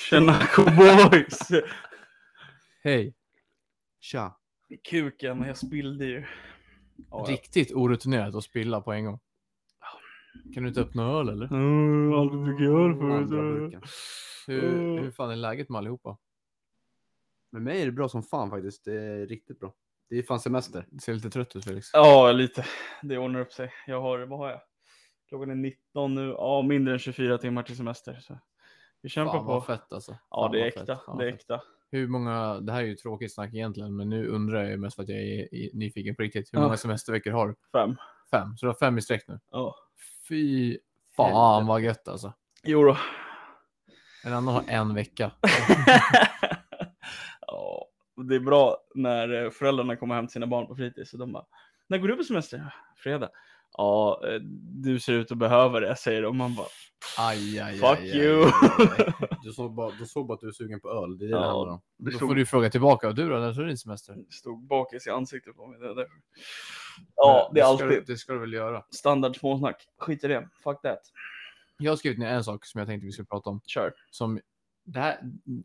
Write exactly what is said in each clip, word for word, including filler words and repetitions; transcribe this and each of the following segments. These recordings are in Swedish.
Tjena cowboys. Hej. Tja. Kuken, jag spillde ju. Ja, riktigt orutinerat att spilla på en gång. Kan du inte öppna öl eller? Mm, aldrig fick göra Andra förut. burken. Hur, hur fan är läget med allihopa? Med mig är det bra som fan faktiskt. Det är riktigt bra. Det är fan semester. Du ser lite trött ut, Felix. Ja, lite. Det ordnar upp sig. Jag har, vad har jag? Klockan är nitton nu. Ja, mindre än tjugofyra timmar till semester. Så vi kämpar Fan, på. vad fett alltså. Ja, Fan, det är vad äkta. fett. Fan, det är fett. äkta. Hur många, det här är ju tråkigt snack egentligen, men nu undrar jag ju mest för att jag är, är nyfiken på riktigt. Hur Ja. många semesterveckor har du? Fem. Fem. Så du har fem i sträck nu? Ja. Fy fan vad gött alltså. Jo då. En annan har en vecka. Ja, det är bra när föräldrarna kommer hem till sina barn på fritids. Så de bara, när går du på semester? Fredag. Ja, du ser ut att behöva det, säger de. Man bara, Aj, aj, fuck aj, you. aj, aj, aj. Du såg bara, du såg bara att du är sugen på öl. Det är det Ja. det handlar om. Det Då stod, får du fråga tillbaka. Och du då, när är din semester? stod bakis i ansiktet på mig. Det där. Ja, det är ska, alltid du- Det ska du väl göra. standard småsnack. Skit i det. Fuck that. Jag har skrivit ner en sak som jag tänkte vi skulle prata om. Kör. Som det här,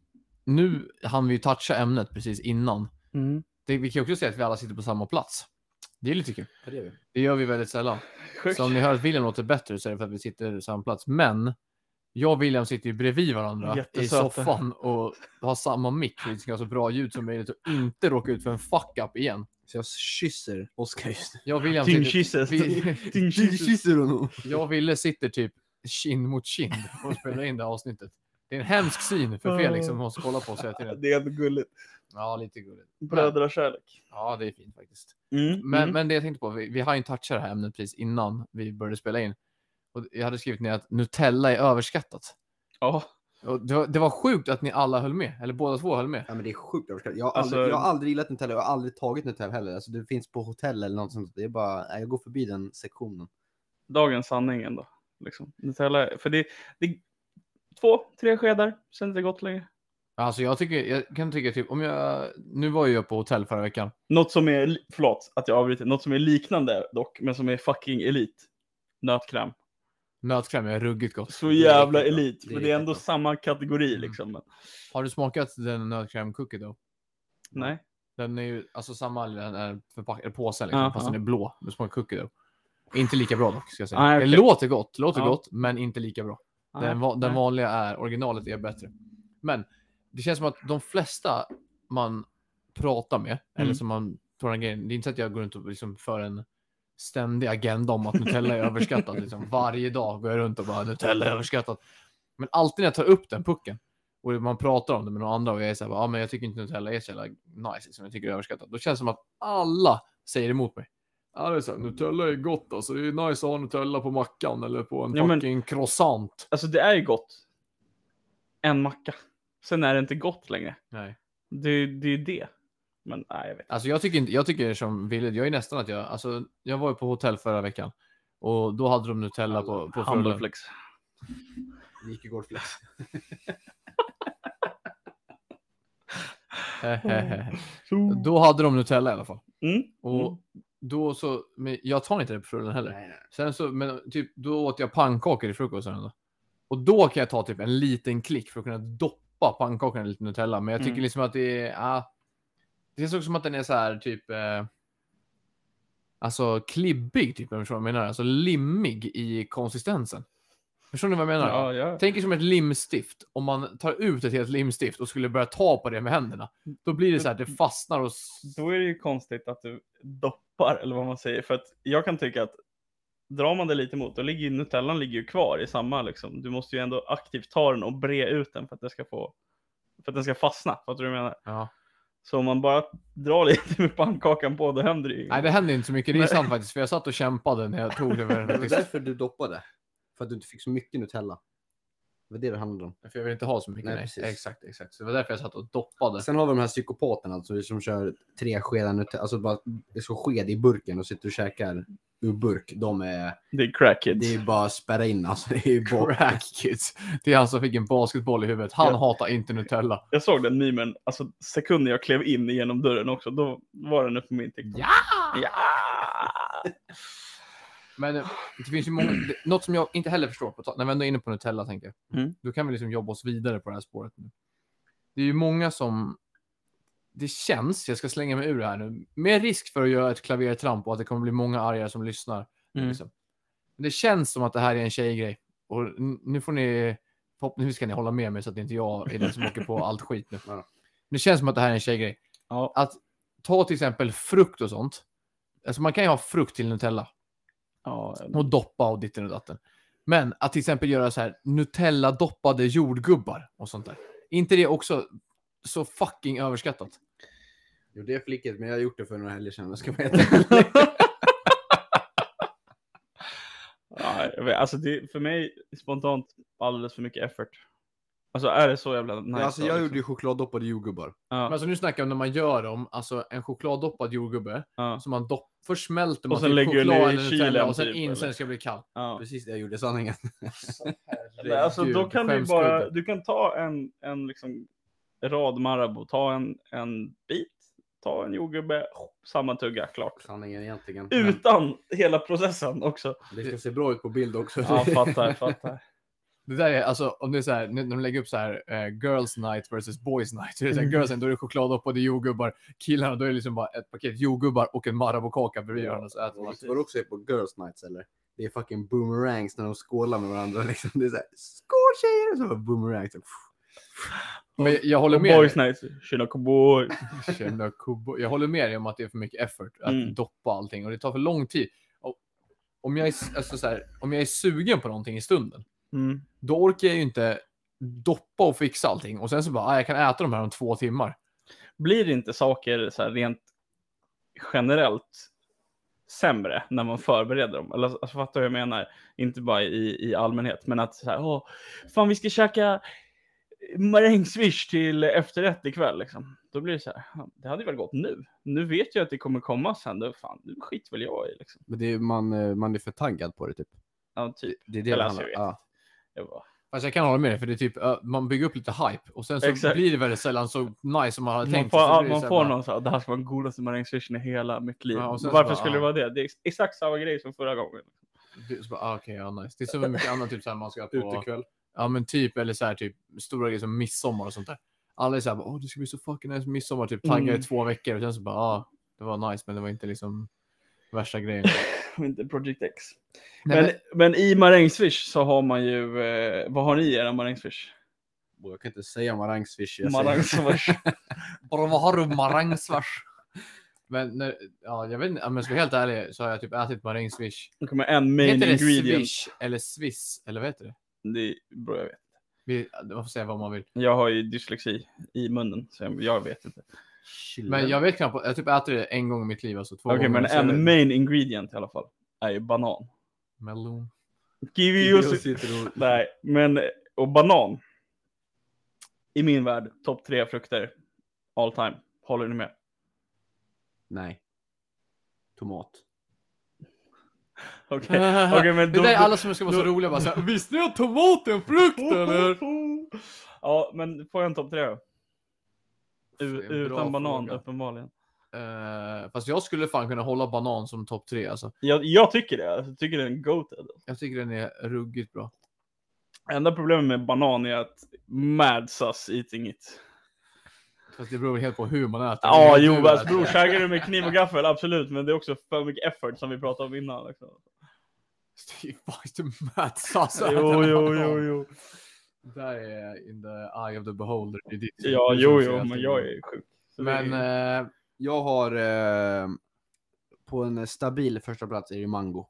nu hann vi ju toucha ämnet precis innan. Mm. Det, vi kan ju också säga att vi alla sitter på samma plats. Det är lite kul. Ja, det gör vi. Det gör vi väldigt sällan. Sjukt. Så om ni hör att William låter bättre så är det för att vi sitter på samma plats. Men jag och William sitter ju bredvid varandra i Jättesöta. soffan och har samma mick. Så vi ska ha så bra ljud som möjligt och inte råka ut för en fuck-up igen. Så jag kysser Oskar just nu. Jag och William Din sitter, kisses. vi, Din Du kisses. kysser honom. jag och Ville sitter typ kind mot kind och spelar in det här avsnittet. Det är en hemsk syn för Felix som måste kolla på oss hela tiden. Det är ändå gulligt. Ja, lite gulligt. Brödrakärlek. Ja, det är fint faktiskt. Mm. Men, mm. men det jag tänkte på, vi, vi har ju touchat det här ämnet precis innan vi började spela in. Och jag hade skrivit ner att Nutella är överskattat. Ja. Och det, var, det var sjukt att ni alla höll med, eller båda två höll med. Ja, men det är sjukt överskattat. Jag har Alltså- aldrig, jag har aldrig gillat Nutella. Jag har aldrig tagit Nutella heller. Alltså det finns på hotell eller något sånt. Det är bara, nej, jag går förbi den sektionen. Dagens sanning ändå. Liksom. Nutella, för det, det är två, tre skedar. Sen är det gott längre. Alltså jag tycker, jag kan tycka typ, om jag, nu var ju jag på hotell förra veckan. Något som är, li- förlåt att jag avbryter, något som är liknande dock, men som är fucking elit. Nötkräm. Nötkräm är ruggigt gott. Så jävla riktigt bra. elit, Det är för det är ändå riktigt samma kategori Mm. liksom. Men, Har du smakat den nötkräm cookie då? nej. Den är ju, alltså samma, den är förpackad, påsen liksom, Ja, fast ja. den är blå. Du smakar cookie då. Inte lika bra dock, ska jag säga. Nej, Det okej. låter gott, låter Ja. gott, men inte lika bra. Den, va- den vanliga är, originalet är bättre. Men det känns som att de flesta man pratar med, eller Mm. som man tar en grej, det är inte så att jag går runt och liksom för en ständig agenda om att Nutella är överskattat. Liksom. Varje dag går jag runt och bara, Nutella är överskattat. Men alltid när jag tar upp den pucken, och man pratar om det med några andra, och jag är så här, ja men jag tycker inte Nutella är så jävla nice, liksom. Jag tycker det är överskattat. Då känns det som att alla säger emot mig. Ja, det är så här, Nutella är gott alltså, det är nice att ha Nutella på mackan eller på en Ja, men- fucking croissant. Alltså det är ju gott. En macka. Sen är det inte gott längre. Nej. Det, det är ju det. Men nej, jag vet. Alltså jag tycker inte, jag tycker som Ville, jag är nästan att jag, alltså jag var ju på hotell förra veckan och då hade de Nutella på, på frulle. Handleflex. Det gick igår flex. Då hade de Nutella i alla fall. Mm. Och Mm. då så, men jag tar inte det på frullen heller. Nej, nej. Sen så, men typ, då åt jag pannkakor i frukosten ändå. Och då kan jag ta typ en liten klick för att kunna doppa pannkakorna i lite Nutella. Men jag tycker Mm. liksom att det är, ja, det känns också som att den är så här typ, eh, alltså klibbig typ, om du förstår vad jag menar. Alltså limmig i konsistensen. Förstår ni vad jag menar? Ja, ja. Tänk er som ett limstift. Om man tar ut ett helt limstift och skulle börja ta på det med händerna. Då blir det så här, det fastnar och... s- Då är det ju konstigt att du doppar, eller vad man säger. För att jag kan tycka att drar man det lite emot, då ligger ju Nutellan ligger ju kvar i samma liksom. Du måste ju ändå aktivt ta den och bre ut den för att det ska få, för att den ska fastna. Fattar du vad jag menar? Ja. Så om man bara drar lite med pannkakan på, då händer det ju. Nej, det händer inte så mycket. Det är Nej. sant faktiskt. För jag satt och kämpade när jag tog det. Det var För, därför du doppade. För att du inte fick så mycket Nutella. Det var det det handlade om. för jag vill inte ha så mycket. Nej, Nej, precis. exakt, exakt. Så det var därför jag satt och doppade. Sen har vi de här psykopaterna alltså, som kör tre skedar Nutella. Alltså bara det är så sked i burken och sitter och käkar ur burk. De är, Det är crackheads. det är ju bara att spärra in. Alltså det är ju bara... Crack kids. Det är han som fick en basketboll i huvudet. Han Ja. hatar inte Nutella. Jag såg den memen, alltså sekunden jag klev in genom dörren också, då var den uppe på min TikTok. Ja! Ja! Men det finns ju många, det, något som jag inte heller förstår, på, när vi ändå är inne på Nutella tänker jag. Mm. Då kan vi liksom jobba oss vidare på det här spåret nu. Det är ju många som, det känns, jag ska slänga mig ur det här nu, med risk för att göra ett klavertramp och att det kommer bli många arga som lyssnar. Mm. Liksom. Det känns som att det här är en tjejgrej. Och nu får ni, nu ska ni hålla med mig så att inte jag är den som åker på allt skit nu. Ja. Det känns som att det här är en tjejgrej. Ja. Att ta till exempel frukt och sånt. Alltså man kan ju ha frukt till Nutella. Ja, Och doppa och ditten och datten. Men att till exempel göra så här Nutella-doppade jordgubbar och sånt där. Är inte det också så fucking överskattat? Jo, det är flickigt, men jag har gjort det för några helger sedan. Ska man äta. Ja, jag vet, alltså det, för mig spontant alldeles för mycket effort. Alltså är det så jävla nice? Ja, alltså, jag liksom? gjorde ju chokladdoppade jordgubbar. Ja, Men alltså nu snackar jag om när man gör dem. Alltså en chokladdoppad jordgubbe. ja, Som man dopp, först smälter man Och sen typ lägger du choklad ner i eller kylen Nutella och sen typ, in eller? sen det ska bli kall. ja. Precis det jag gjorde, sanningen. Men alltså då kan du skämskudde. bara, du kan ta en, en liksom rad Marabou, ta en, en bit, ta en jordgubbe, samma tugga, klart. Sanningen egentligen. Utan hela processen också. Det ska se bra ut på bild också. Ja, fattar, fattar. Det där är alltså, om det är så här, när de lägger upp så här uh, girls night versus boys night. Så är det så här, girls night, då är det chokladdoppade jordgubbar. Killarna, då är det liksom bara ett paket jordgubbar och en Marabou-kaka bredvid varandra. Så äter man. Visst var det också på girls nights eller? Det är fucking boomerangs när de skålar med varandra. Liksom. Det är så här, skål tjejer! Så bara boomerangs. Men jag, jag håller Och med boys dig. night, tjena cowboy. Tjena, kubo. Jag håller med dig om att det är för mycket effort att Mm. doppa allting. Och det tar för lång tid. Och om, jag är, alltså så här, om jag är sugen på någonting i stunden. Mm. Då orkar jag ju inte doppa och fixa allting. Och sen så bara, ah, jag kan äta de här om två timmar. Blir inte saker så här rent generellt sämre när man förbereder dem? Eller alltså, fattar du vad jag menar? Inte bara i, i allmänhet, men att så här, åh, fan vi ska käka marängsviss till efterrätt ikväll liksom. Då blir det så här, det hade väl gått nu. Nu vet jag att det kommer komma sen. Då fan, nu skit väl jag i liksom. Men det är, man, eh, man är för taggad på det typ. Ja, typ. Det är det Eller det alltså, handlar jag om. vet. Ja. Jag bara, Fast jag kan hålla med dig, för det är typ, uh, man bygger upp lite hype. Och sen så Exakt. blir det väldigt sällan så nice som man hade man tänkt. får, sig, så blir det man så här får bara- någon så här, det här ska vara den godaste marängsvishen i hela mitt liv. Ja, och sen så Varför bara, skulle det ah. vara det? Det är ex- exakt samma grej som förra gången. Det- så bara, ah, okej, ja, nice. Det är så mycket annat typ så här man ska på. Utekväll. Ja, men typ, eller så här typ stora grejer som midsommar och sånt där. Alla är så här, åh, det ska bli så fucking nice midsommar, typ taggar Mm. i två veckor och sen så bara, ah, det var nice, men det var inte liksom värsta grejen. Inte Project X. Nej, Men, men i marängsviss så har man ju, eh, vad har ni i era marängsviss? Jag kan inte säga marängsviss. jag säger- Marängsviss. bara, vad har du marängsvars? Men när, ja, jag vet inte, om jag ska vara helt ärlig så har jag typ ätit marängsviss. Det kommer en main Heter det ingredient. swish eller swiss, eller vad heter det? Det är bra, jag vet. Vi, man får säga vad man vill. Jag har ju dyslexi i munnen, så jag, jag vet inte. Men jag vet knappt, jag typ äter det en gång i mitt liv, alltså två Okej, gånger. men så jag vet- en main ingredient i alla fall är ju banan. Melon. Kiwi, juice. Nej, men och banan. I min värld, topp tre frukter all time. Håller ni med? Nej. Tomat. Okej, okej, men det då- där är alla som ska vara så då- roliga bara så här, visste ni att tomat är en frukt eller? Ja, men får jag en topp tre då? U- Det är en bra utan banan, fråga. uppenbarligen. Uh, fast jag skulle fan kunna hålla banan som topp tre alltså. Jag, jag tycker det. Jag tycker det är en goated. Jag tycker den är ruggigt bra. Enda problemet med banan är att mad sus eating it. Fast det beror helt på hur man äter. Ja, Hur jo, du alltså, äter. bror, käkar du med kniv och gaffel, absolut. Men det är också för mycket effort som vi pratade om innan. Liksom. Det är fan inte mad sauce. Jo, jo, jo, jo. Det där är in the eye of the beholder. Det är ditt- Ja, du jo, som jo, säger men allting. jag är sjuk. Så Men det är... eh, Jag har eh, på en stabil första plats är det mango.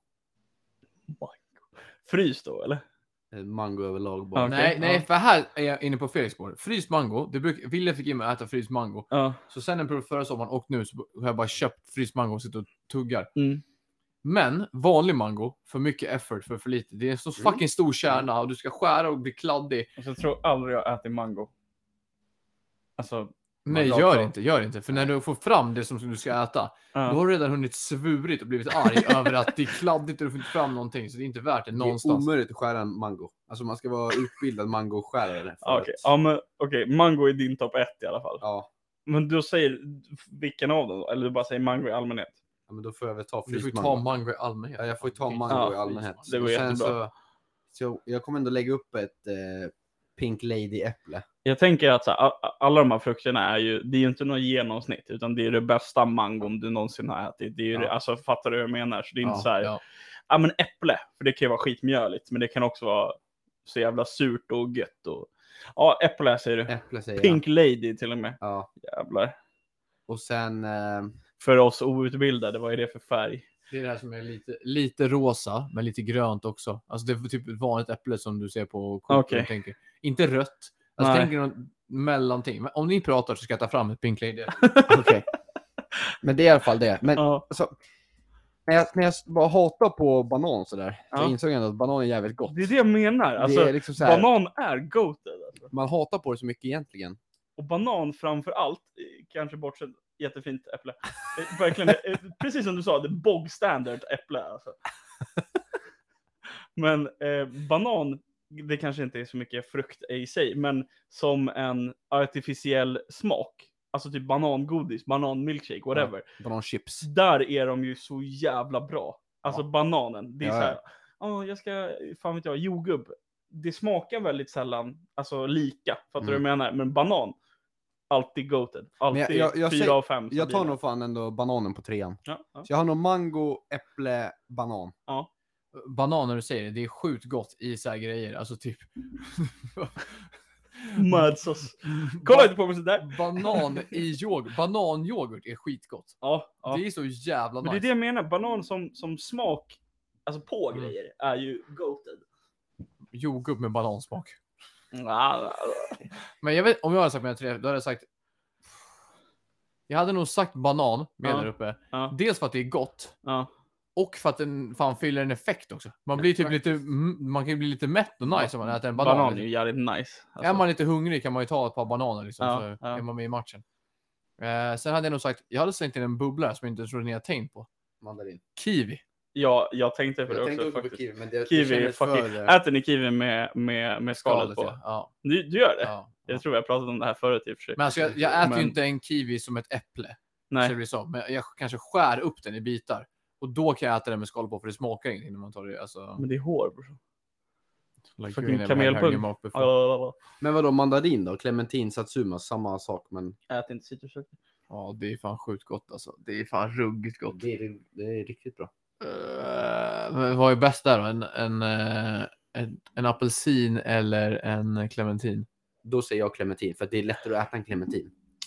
Frys då, eller? Eh, Mango överlag bara. Okej, nej, nej, ja. för här är jag inne på Felix spår. Fryst mango, det bruk, Ville fick in mig att äta fryst mango. Ja. Så sen en period förra sommaren och nu så har jag bara köpt fryst mango och sitter och tuggar. Mm. Men vanlig mango, för mycket effort för för lite. Det är en så Mm. fucking stor kärna och du ska skära och bli kladdig. Alltså, jag tror aldrig jag ätit mango. Alltså, Nej, rakt gör av. inte, gör inte. För när du får fram det som du ska äta, ja. då har du redan hunnit svurit och blivit arg över att det är kladdigt och du får inte fram någonting. Så det är inte värt det Det är någonstans. omöjligt att skära en mango. Alltså man ska vara utbildad mangoskärare. för Ja, okej. att- Ja, men okej, mango är din topp ett i alla fall. Ja. Men du säger vilken av dem då? Eller du bara säger mango i allmänhet? Ja, men då får jag väl ta Du får ju frysmango. ta mango i allmänhet. Ja, jag får ju ta mango Ja, i allmänhet. det går Och sen jättebra. Så, så jag kommer ändå lägga upp ett eh, Pink Lady-äpple. Jag tänker att så här, a- alla de här frukterna är ju, det är ju inte något genomsnitt, utan det är det bästa mangon du någonsin har ätit. Det är ju Ja. det, alltså fattar du vad jag menar? Så det är inte Ja, så här, ja. ja. men äpple, för det kan ju vara skitmjöligt, men det kan också vara så jävla surt och gött och, ja, äpple säger du. Äpple säger Pink Lady till och med. jag. Ja. Jävlar. Och sen... Eh, För oss outbildade, vad är det för färg? Det är det här som är lite, lite rosa, men lite grönt också. Alltså det är typ ett vanligt äpple som du ser på kortet. Okej. Jag tänker. Inte rött. Alltså Nej. tänker något mellanting. Men om ni pratar så ska jag ta fram ett Pink Lady. Okej. Men det är i alla fall det. Men Ja. alltså, när, jag, när jag bara hatar på banan sådär, så Ja. insåg jag ändå att banan är jävligt gott. Det är det jag menar. Alltså, det är liksom så här, banan är goated. Alltså. man hatar på det så mycket egentligen. Och banan framför allt, eh, kanske bortsett, jättefint äpple. Eh, Verkligen, eh, precis som du sa, det är bog standard äpple. Alltså. Men eh, banan, det kanske inte är så mycket frukt i sig, men som en artificiell smak. Alltså typ banangodis, bananmilkshake, whatever. Ja, bananchips. Där är de ju så jävla bra. Alltså Ja. bananen, det är Ja, så ja. här, ja, jag ska, fan vet jag, jordgubb. Det smakar väldigt sällan, alltså lika, fattar du Mm. vad jag menar? Men banan, alltid goated. Alltid Men jag- jag fyra säger- av fem. Jag tar stabila. nog fan ändå bananen på trean. Ja, ja. Så jag har nog mango, äpple, banan. Banan när du säger det, det är sjukt gott i så här grejer. Alltså typ... Mödsås. Kolla inte på mig sådär. Banan i yoghurt. Bananyoghurt är skitgott. Ja, ja. Det är så jävla Men det är nice. det jag menar, banan som, som smak, alltså på Mm. grejer, är ju goated. Jordgubb med banansmak. Ja, Men jag vet, om jag hade sagt mina tre, då hade jag sagt... Jag hade nog sagt banan med Ja. där uppe. ja, Dels för att det är gott. ja. Och för att den fan fyller en effekt också. Man blir typ lite, mm, man kan ju bli lite mätt och nice om man äter en banan. Banan är ju jävligt nice. Alltså. Är man lite hungrig kan man ju ta ett par bananer liksom, Ja, så ja. är man med i matchen. Eh, sen hade jag nog sagt, jag hade slängt in en bubblare som jag inte trodde ni hade tänkt på. Mandarin. Kiwi. Ja, jag tänkte på det Jag också tänkte också på faktiskt. kiwi, men det, Kiwi, det kändes fucking, för... eh, äter ni kiwi med, med, med skalet på? Ja. Ja, Du, du gör det? ja. Jag tror vi har pratat om det här förut i och för sig. Men alltså, jag, jag äter Men- ju inte en kiwi som ett äpple. Nej. Så det blir så. Men jag kanske skär upp den i bitar. Och då kan jag äta den med skal på, för det smakar ingenting när man tar det. Alltså, Men det är hår bror. like fucking you never had kamelpung. your mouth before. Ja, Men vadå, mandarin då? Clementin, satsuma, samma sak, men... ät inte citrusfrukter. Ja, det är fan sjukt gott alltså. Det är fan ruggigt gott. Det är, det är riktigt bra. Uh, men vad är bäst där då? En, en, eh, en, en apelsin eller en clementin? Då säger jag clementin, för att det är lättare att äta en clementin.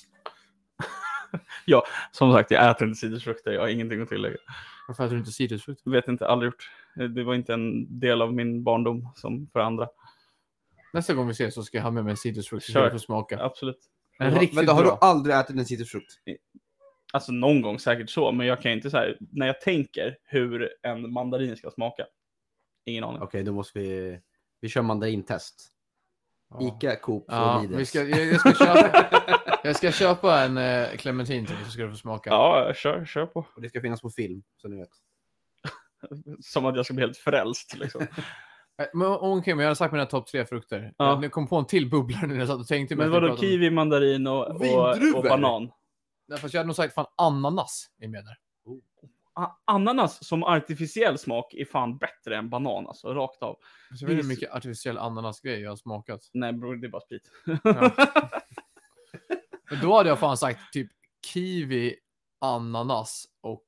Som sagt, jag äter inte citrusfrukter. Jag har ingenting att tillägga. Varför äter du inte citrusfrukt? Vet inte, aldrig gjort. Det var inte en del av min barndom som för andra. Nästa gång vi ses så ska jag ha med mig en citrusfrukt så Kör. ska du få smaka. Absolut. En Men riktigt då har bra. du aldrig ätit en citrusfrukt? Alltså någon gång säkert så, men jag kan inte så här, när jag tänker hur en mandarin ska smaka. Ingen aning. Okej, då måste vi... Vi kör mandarintest. Ja. Ica, Coop och Ja, Lidl. vi ska, jag, jag, ska köpa, jag ska köpa en eh, clementin till dig så ska du få smaka. Ja, kör, kör på. Och det ska finnas på film, så ni vet. Som att jag ska bli helt frälst liksom. Eh, Men okej, men jag har sagt mina topp tre frukter. Ja. Jag kom på en till bubblare när jag satt och tänkte. Men att vi vadå, pratade om- kiwi, mandarin och, och, Vindruvor? och banan? Nej, fast jag hade nog sagt fan ananas är med där. A- Ananas som artificiell smak är fan bättre än banan, alltså rakt av. Så jag vet inte hur mycket artificiell ananasgrej jag har smakat. Nej bror, det är bara sprit. Ja. Men då hade jag fan sagt typ kiwi, ananas och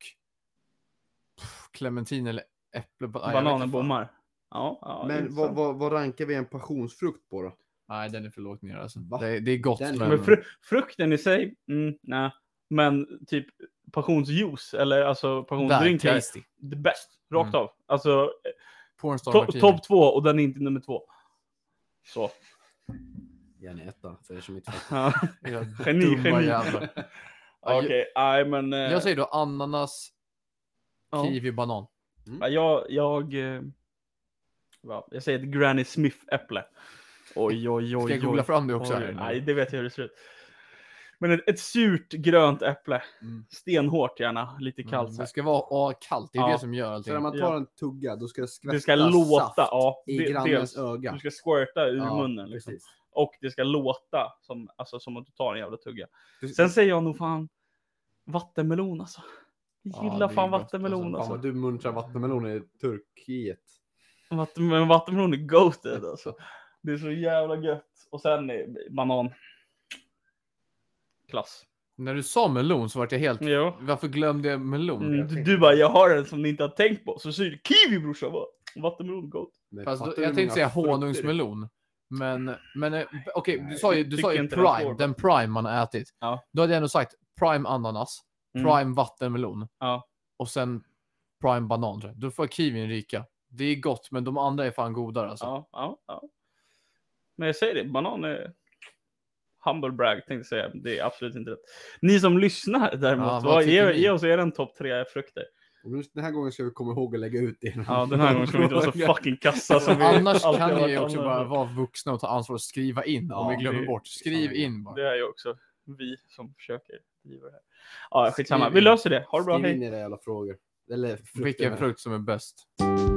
pff, clementin eller äpple. Nej, jag vet Bananer, inte fan. bommar. Ja, ja, Men intressant. vad, vad, vad rankar vi en passionsfrukt på då? Nej, den är för lågt ner alltså. Va? Det, det är gott. Den- men... Men fru- frukten i sig, mm, nej. Men typ passionsjuice eller alltså Där, passionsdrink är tasty. det bäst. Rakt Mm. av. Alltså Pornstar to- martini. topp två och den är inte nummer två. Så. Gärna etta, för er som inte Ja. Era Geni, dumma geni. jävlar. Ja, Okej, nej men. eh, Jag säger då ananas, ja. kiwi, banan. Ja, jag, jag, eh, va, jag säger ett Granny Smith-äpple. Oj, oj, oj. Ska jag googla fram det också? Oj, här? nej, det vet jag hur det ser ut. Men ett, ett surt grönt äpple. Mm. Stenhårt gärna, lite kallt. Mm, så här. det ska vara åh, kallt, det är Ja. det som gör allting. Så när man tar Ja. en tugga, då ska det skvätta Det ska låta, saft ja. i det- grannens dels, öga. Du ska squirta ur Ja, munnen. Liksom. precis. Och det ska låta som, alltså, som att du tar en jävla tugga. Du- Sen säger jag nog fan vattenmelon alltså. Jag Ja, gillar det är fan gott, vattenmelon alltså. Fan alltså. vad du muntrar vattenmelon i Turkiet. Vatten, men vattenmelon är goated alltså. Det är så jävla gött. Och sen är banan. Klass. När du sa melon så vart jag helt... Jo. Varför glömde jag melon? Mm, du, du bara, jag har en som ni inte har tänkt på. Så säger du kiwi brorsan, va? Vattenmelon goat. Men Fast fattar då, du jag hur tänkte säga många frukter- honungsmelon. Men, men eh, okej, Nej, du sa ju, du tycker sa ju inte den prime, slår, den prime man har ätit. Ja. Då hade jag ändå sagt prime ananas, Mm. prime vattenmelon Ja. och sen prime banan. Tror jag. Då får kiwin ryka. Det är gott, men de andra är fan godare alltså. Ja, ja, ja. Men jag säger det, banan är humble brag tänkte jag säga. Det är absolut inte rätt. Ni som lyssnar däremot, Ja, vad vad, tycker ge, ni? ge oss er topp tre frukter. Och just den här gången ska vi komma ihåg att lägga ut det. Ja, den här gången ska vi inte vara så fucking kassa som vi Annars alltid har kan varit vi också annars. bara vara vuxna och ta ansvar och skriva in om Ja, vi glömmer det- bort. Skriv fan, in bara. Det är ju också vi som försöker driva det här. Ja, skitsamma. Skriv Vi in. löser det. Ha det bra, Skriv in hej. era jävla frågor. Eller frukter. Vilken frukt som är bäst.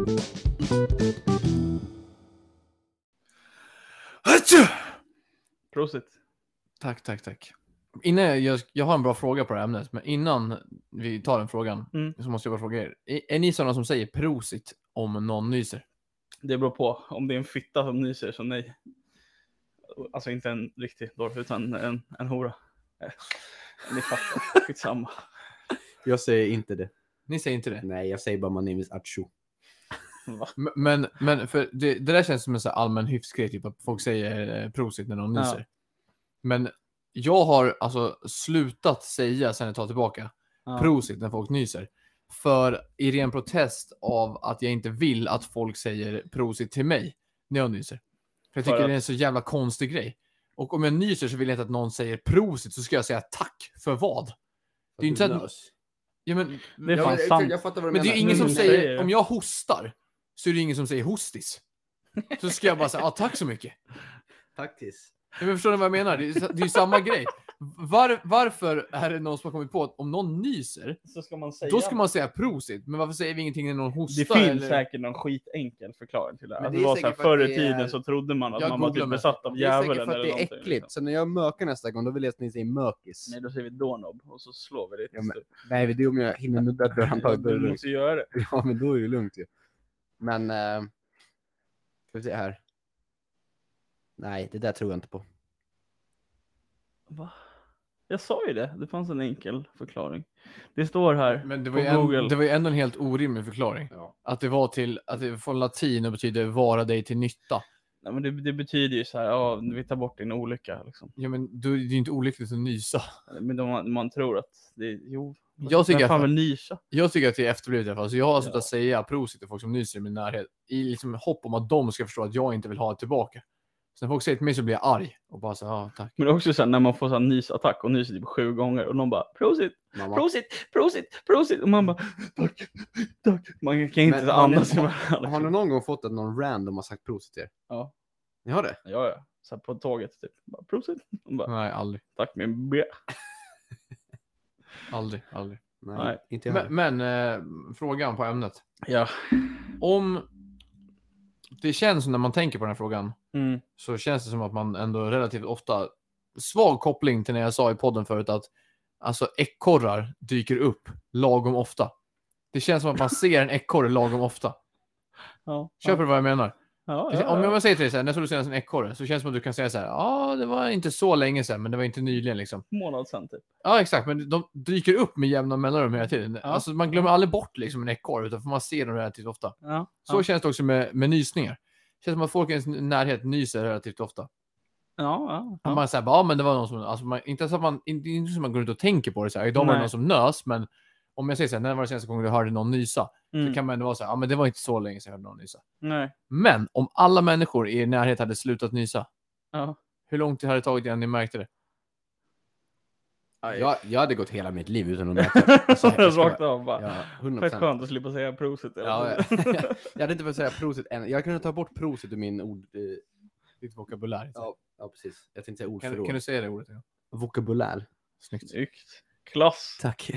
Prosit. Tack, tack, tack. Innan jag, jag, jag har en bra fråga på det här ämnet, men innan vi tar den frågan Mm. så måste jag bara fråga er. Är, är ni sådana som säger prosit om någon nyser? Det beror på. Om det är en fitta som nyser så nej. Alltså inte en riktig dåre utan en, en hora. Eh, Ni fattar. Skitsamma. Jag säger inte det. Ni säger inte det? Nej, jag säger bara my name is Achu. Va? M- Men, men för det, det där känns som en så här allmän hyfsgrej, typ att folk säger eh, prosit när någon Ja. nyser. Men jag har alltså slutat säga sen jag tar tillbaka Ja. prosit när folk nyser. För i ren protest av att jag inte vill att folk säger prosit till mig när jag nyser. För jag För tycker att- det är en så jävla konstig grej. Och om jag nyser så vill jag inte att någon säger prosit, så ska jag säga tack för vad? Det är ju inte så att... Ja, men, Det är Ja, fan men, sant. jag fattar vad du men det är menar. ju ingen som Mm, säger, säger det. om jag hostar så är det ingen som säger hostis. Så ska jag bara säga, ah, tack så mycket. Faktiskt. Ja, men förstår ni vad jag menar? Det är, det är ju samma grej. Var, varför är det någon som har kommit på att om någon nyser, Så ska man säga. då ska man säga prosit. Men varför säger vi ingenting när någon Det hostar? finns eller... säkert någon skitenkel förklaring till det. Men Att det det är var så här, säkert för att förr i det tiden är- så trodde man att Jag man var googlar typ med. besatt av Det är säkert djävulen för att eller det är någonting. äckligt. Liksom. Så när jag mökar nästa gång, då vill jag att ni säger mökis. Nej, då säger vi doorknob och så slår vi lite. Ja, men- så- Nej, det är om jag hinner nudda dörrhandtaget. då är det Du lugnt. måste göra det. Ja, men då är det lugnt ju. Men... Eh, ska vi se här. Nej, det där tror jag inte på. Va? Jag sa ju det. Det fanns en enkel förklaring. Det står här Men det på var, ju en, Google. det var ju ändå en helt orimlig förklaring. Ja. Att det var till, att det från latin och betyder vara dig till nytta. Nej, men det, det betyder ju så här, ja, vi tar bort din olycka liksom. Ja, men då är det ju inte olyckligt att nysa. Men de, man, man tror att det jo. Jag tycker vem fan att- vill nysa? Jag tycker att det är efterblivet i alla fall. Så jag har slutat Ja. säga prosit till folk som nyser i min närhet. I liksom hopp om att de ska förstå att jag inte vill ha det tillbaka. Så när folk säger till mig så blir jag arg. Och bara så ja tack. Men också så här, när man får så här nysattack och nyser typ sju gånger och någon bara prosit, Mamma. prosit, prosit, prosit och man bara tack, tack. Man kan inte Men så har ni- andas. har- Har ni någon gång fått att någon random har sagt prosit till er? Ja. Ni har det? Ja, ja. Så här på tåget typ. Bara, prosit. Och bara, Nej, aldrig. tack min B. Aldrig, aldrig. Nej, Nej. inte jag. Men, men eh, frågan på ämnet. Ja. Om det känns som när man tänker på den här frågan Mm. så känns det som att man ändå relativt ofta, svag koppling till när jag sa i podden förut att alltså ekorrar dyker upp lagom ofta. Det känns som att man ser en ekorre lagom ofta. Ja. Köper du vad jag menar? Ja, Det kän- ja, Om ja. jag säger till dig så här, när såg du senast en ekorre? Så känns det som att du kan säga så här, ja det var inte så länge sedan men det var inte nyligen liksom. Månad sen typ. Ja exakt, men de dyker upp med jämna mellanrum hela tiden. Ja. Alltså man glömmer aldrig bort liksom en ekorre utan man ser dem relativt ofta. Ja. Så ja. känns det också med, med nysningar. Det känns som att folk i ens närhet nyser relativt ofta. Ja, ja. Ja. ja. Man säger bara, ja men det var någon som, alltså man, inte så att man, inte, inte så att man går ut och tänker på det så här, idag var det Nej. någon som nös, men om jag säger så här, när var det senaste gången du hörde någon nysa? Mm. Så kan man ändå vara så här, ja men det var inte så länge sedan jag hörde någon nysa. Nej. Men om alla människor i er närhet hade slutat nysa, Ja. hur långt det hade tagit innan ni märkte det? Jag, jag hade gått hela mitt liv utan att mäta. Alltså, jag ska Rakt vara- av bara. Ja, hundra Fett procent. skönt att slippa säga prosit. Ja, ja. Jag hade inte fått säga prosit än. Jag kunde ta bort prosit ur min ord... eh, Ditt vokabulär. Ja, ja precis. Jag tänkte säga Kan, ordförråd. kan du säga det ordet? Ja? Vokabulär. Snyggt. Snyggt. Klass. Tack.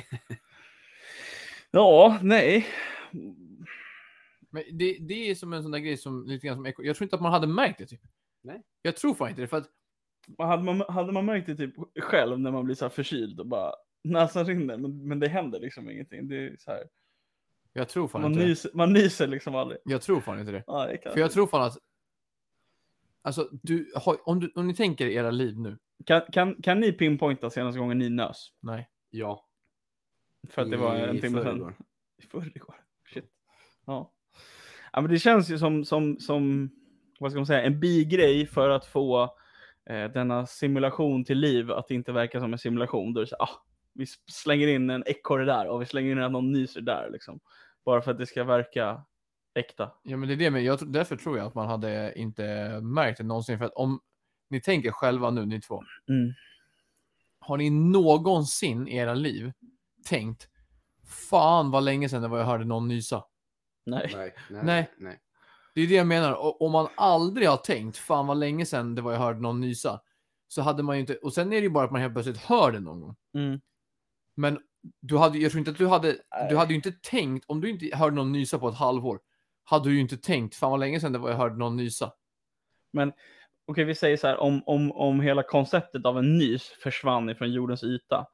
Ja, nej. Men det, det är som en sån där grej som lite grann som eko. Jag tror inte att man hade märkt det typ. Nej. Jag tror fan inte det för att Hade man, hade man märkt det typ själv när man blir så här förkyld och bara näsan rinner, men, men det händer liksom ingenting. Det är så här. Jag tror fan Man inte nyser, man nyser liksom aldrig. det. Jag tror fan inte det. Ja, det kan För jag tror fan att... Alltså, du, har, om, du, om ni tänker era liv nu. kan, kan, kan ni pinpointa senaste gången ni nös? Nej. Ja. För att det var en I timme sedan. förrgår. I förrgår. Shit. Ja. Ja, men det känns ju som, som, som vad ska man säga, en bigrej för att få eh, denna simulation till liv att inte verka som en simulation. Då är det så, ah, vi slänger in en ekorre där och vi slänger in att någon nyser där liksom. Bara för att det ska verka äkta. Ja, men det är det, men jag, tror- därför tror jag att man hade inte märkt det någonsin. För att om ni tänker själva nu, ni två. Mm. Har ni någonsin i era liv tänkt, fan vad länge sedan det var jag hörde någon nysa? Nej. Nej. Nej. Nej. nej. Det är det jag menar. Och om man aldrig har tänkt, fan vad länge sedan det var jag hörde någon nysa. Så hade man ju inte, och sen är det ju bara att man helt plötsligt hör det någon gång. Mm. Men du hade, jag tror inte att du hade, Nej. du hade ju inte tänkt, om du inte hörde någon nysa på ett halvår, hade du ju inte tänkt, fan vad länge sedan det var jag hörde någon nysa. Men okej, vi säger så här, om, om, om hela konceptet av en nys försvann ifrån jordens yta.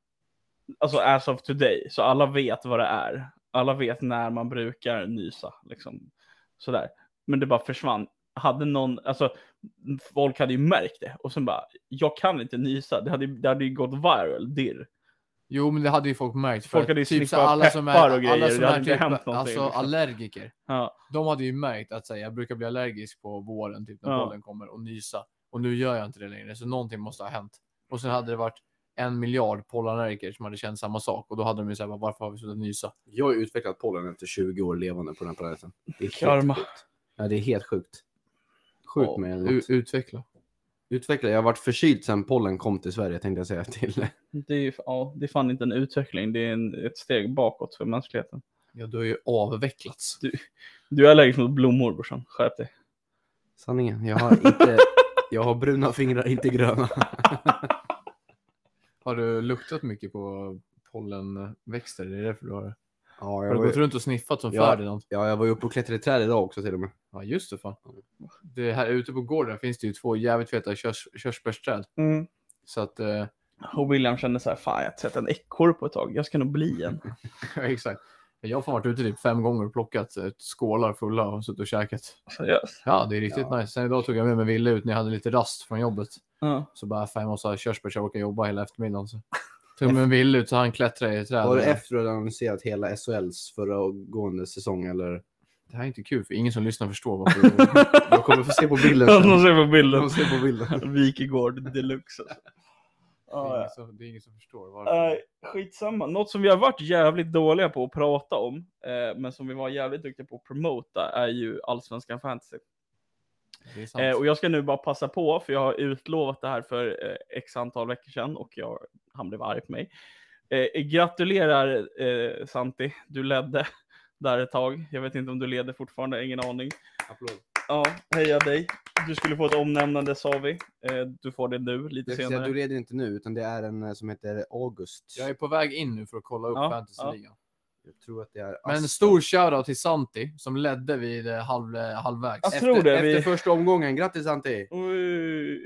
Alltså as of today, så alla vet vad det är. Alla vet när man brukar nysa, liksom. Sådär. Men det bara försvann. Hade någon, alltså folk hade ju märkt det. Och sen bara, jag kan inte nysa. Det hade, det hade ju gått viral, dirr. Jo, men det hade ju folk märkt. För Folk hade ju typ så sniffat alla som är, peppar och grejer, alla som det hade är inte typ, hänt någonting, alltså liksom. allergiker. Ja. De hade ju märkt att säga, jag brukar bli allergisk på våren, typ när Ja. pollen kommer och nysa. Och nu gör jag inte det längre, så någonting måste ha hänt. Och sen hade det varit en miljard pollenallergiker som hade känt samma sak. Och då hade de ju sagt, varför har vi slutat nysa? Jag har utvecklat pollen efter tjugo år levande på den här planeten. Det är helt Karma. sjukt. Ja, det är helt sjukt. Sjukt Ja, med U- något. utveckla. Utveckla. Jag har varit förkyld sedan pollen kom till Sverige, tänkte jag säga till. Det är ju, ja, det är fan inte en utveckling. Det är en, ett steg bakåt för mänskligheten. Ja, du har ju avvecklats. Du är allergisk mot blommor, brorsan. Skärp dig. Sanningen. Jag har inte... Jag har bruna fingrar, inte gröna. Har du luktat mycket på pollenväxter? Det är därför du har det. Ja, Har jag du var, gått runt och sniffat som Ja. Ferdinand? ja, jag var ju uppe och klättrade i träd idag också till och med. Ja, just det fan. Det här ute på gården finns det ju två jävligt feta körs, körsbärsträd. Mm. Så att, eh, Och William kände så här, fan jag har sett en ekorre på ett tag. Jag ska nog bli en. ja, exakt. Jag har fan varit ute typ fem gånger och plockat eh, skålar fulla och suttit och käkat. Seriöst. Ja, det är riktigt Ja. nice. Sen idag tog jag med mig Ville ut när jag hade lite rast från jobbet. Ja. Så bara, fan jag måste ha körsbär så jag orkar jobba hela eftermiddagen. Så tog med Ville ut så han klättrade i ett träd. Var det efter att du hade annonserat hela S H L:s föregående säsong eller? Det här är inte kul för ingen som lyssnar förstår varför det Jag kommer få se på bilden. De sen. ser på De bilden. ser på bilden. Vikegård deluxe. Alltså. det, är Ja, ingen ja. som, det är ingen som förstår varför. Nej, skitsamma. Något som vi har varit jävligt dåliga på att prata om, eh, men som vi var jävligt duktiga på att promota, är ju Allsvenskan Fantasy. Det är sant. Eh, och jag ska nu bara passa på, för jag har utlovat det här för eh, x antal veckor sedan och jag, han blev arg på mig. Eh, gratulerar eh, Santi, du ledde där ett tag. Jag vet inte om du leder fortfarande, ingen aning. Applåd. Ja, heja dig. Du skulle få ett omnämnande, sa vi. Eh, du får det nu, lite Jag ska säga senare. att du leder inte nu, utan det är en eh, som heter August. Jag är på väg in nu för att kolla upp Ja, fantasyligan. Jag tror att det är Men Asta. stor shoutout till Santi som ledde vid eh, halv, eh, halvvägs. Jag efter, tror det, efter vi- första omgången. Grattis Antti! Oj.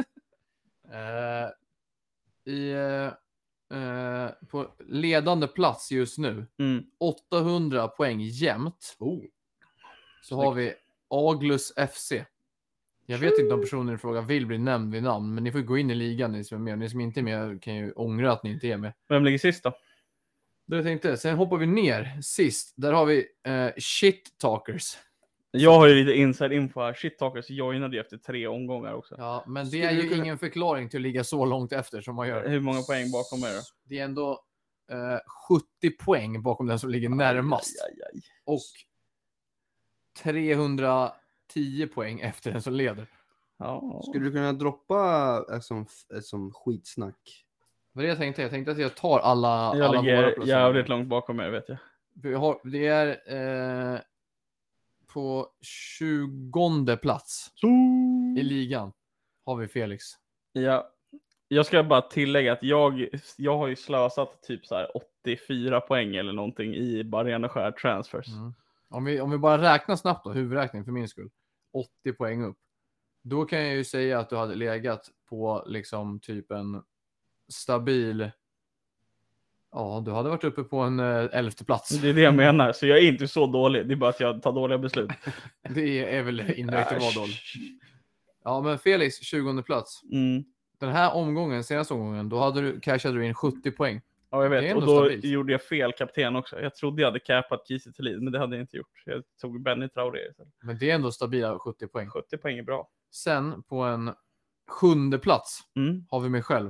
Eh, I, eh, eh, på ledande plats just nu, Mm. åttahundra poäng jämnt, Oh. så har vi Aglus F C. Jag vet inte om personen i fråga vill bli nämnd vid namn, men ni får gå in i ligan ni som är med. Och ni som inte är med kan ju ångra att ni inte är med. Vem ligger sist då? Det jag tänkte. Sen hoppar vi ner sist. Där har vi eh, Shit Talkers. Jag har ju lite inside info här. Shit Talkers joinade ju efter tre omgångar också. Ja, men det Skulle är du ju kunna- ingen förklaring till att ligga så långt efter som man gör. Hur många poäng bakom är det? Det är ändå eh, sjuttio poäng bakom den som ligger närmast. Aj, aj, aj. Och trehundratio poäng efter den som leder. Ja. Skulle du kunna droppa ett som, ett som skitsnack? Vad det jag tänkte? Jag tänkte att jag tar alla, Jag alla våra ligger placeringar. jävligt långt bakom er, vet jag. Vi har, det är eh, på tjugonde plats i ligan har vi Felix. Ja. Jag ska bara tillägga att jag, jag har ju slösat typ så här åttiofyra poäng eller någonting i bara rena skär transfers. Mm. Om, vi, om vi bara räknar snabbt då, huvudräkning för min skull. åttio poäng upp. Då kan jag ju säga att du hade legat på liksom typ en stabil Ja, du hade varit uppe på en eh, elfte plats. Det är det jag menar, så jag är inte så dålig. Det är bara att jag tar dåliga beslut. Det är väl indirekt att vara dålig. Ja, men Felix, tjugonde plats. Mm. Den här omgången, senaste omgången, då hade du, cashade du in sjuttio poäng. Ja, jag Det är vet. Och ändå då stabilt. gjorde jag fel kapten också. Jag trodde jag hade capat Kiese Thelin, men det hade jag inte gjort. Jag tog Benny Traoré istället. Men det är ändå stabila sjuttio poäng. sjuttio poäng är bra. Sen på en sjunde plats Mm. har vi mig själv.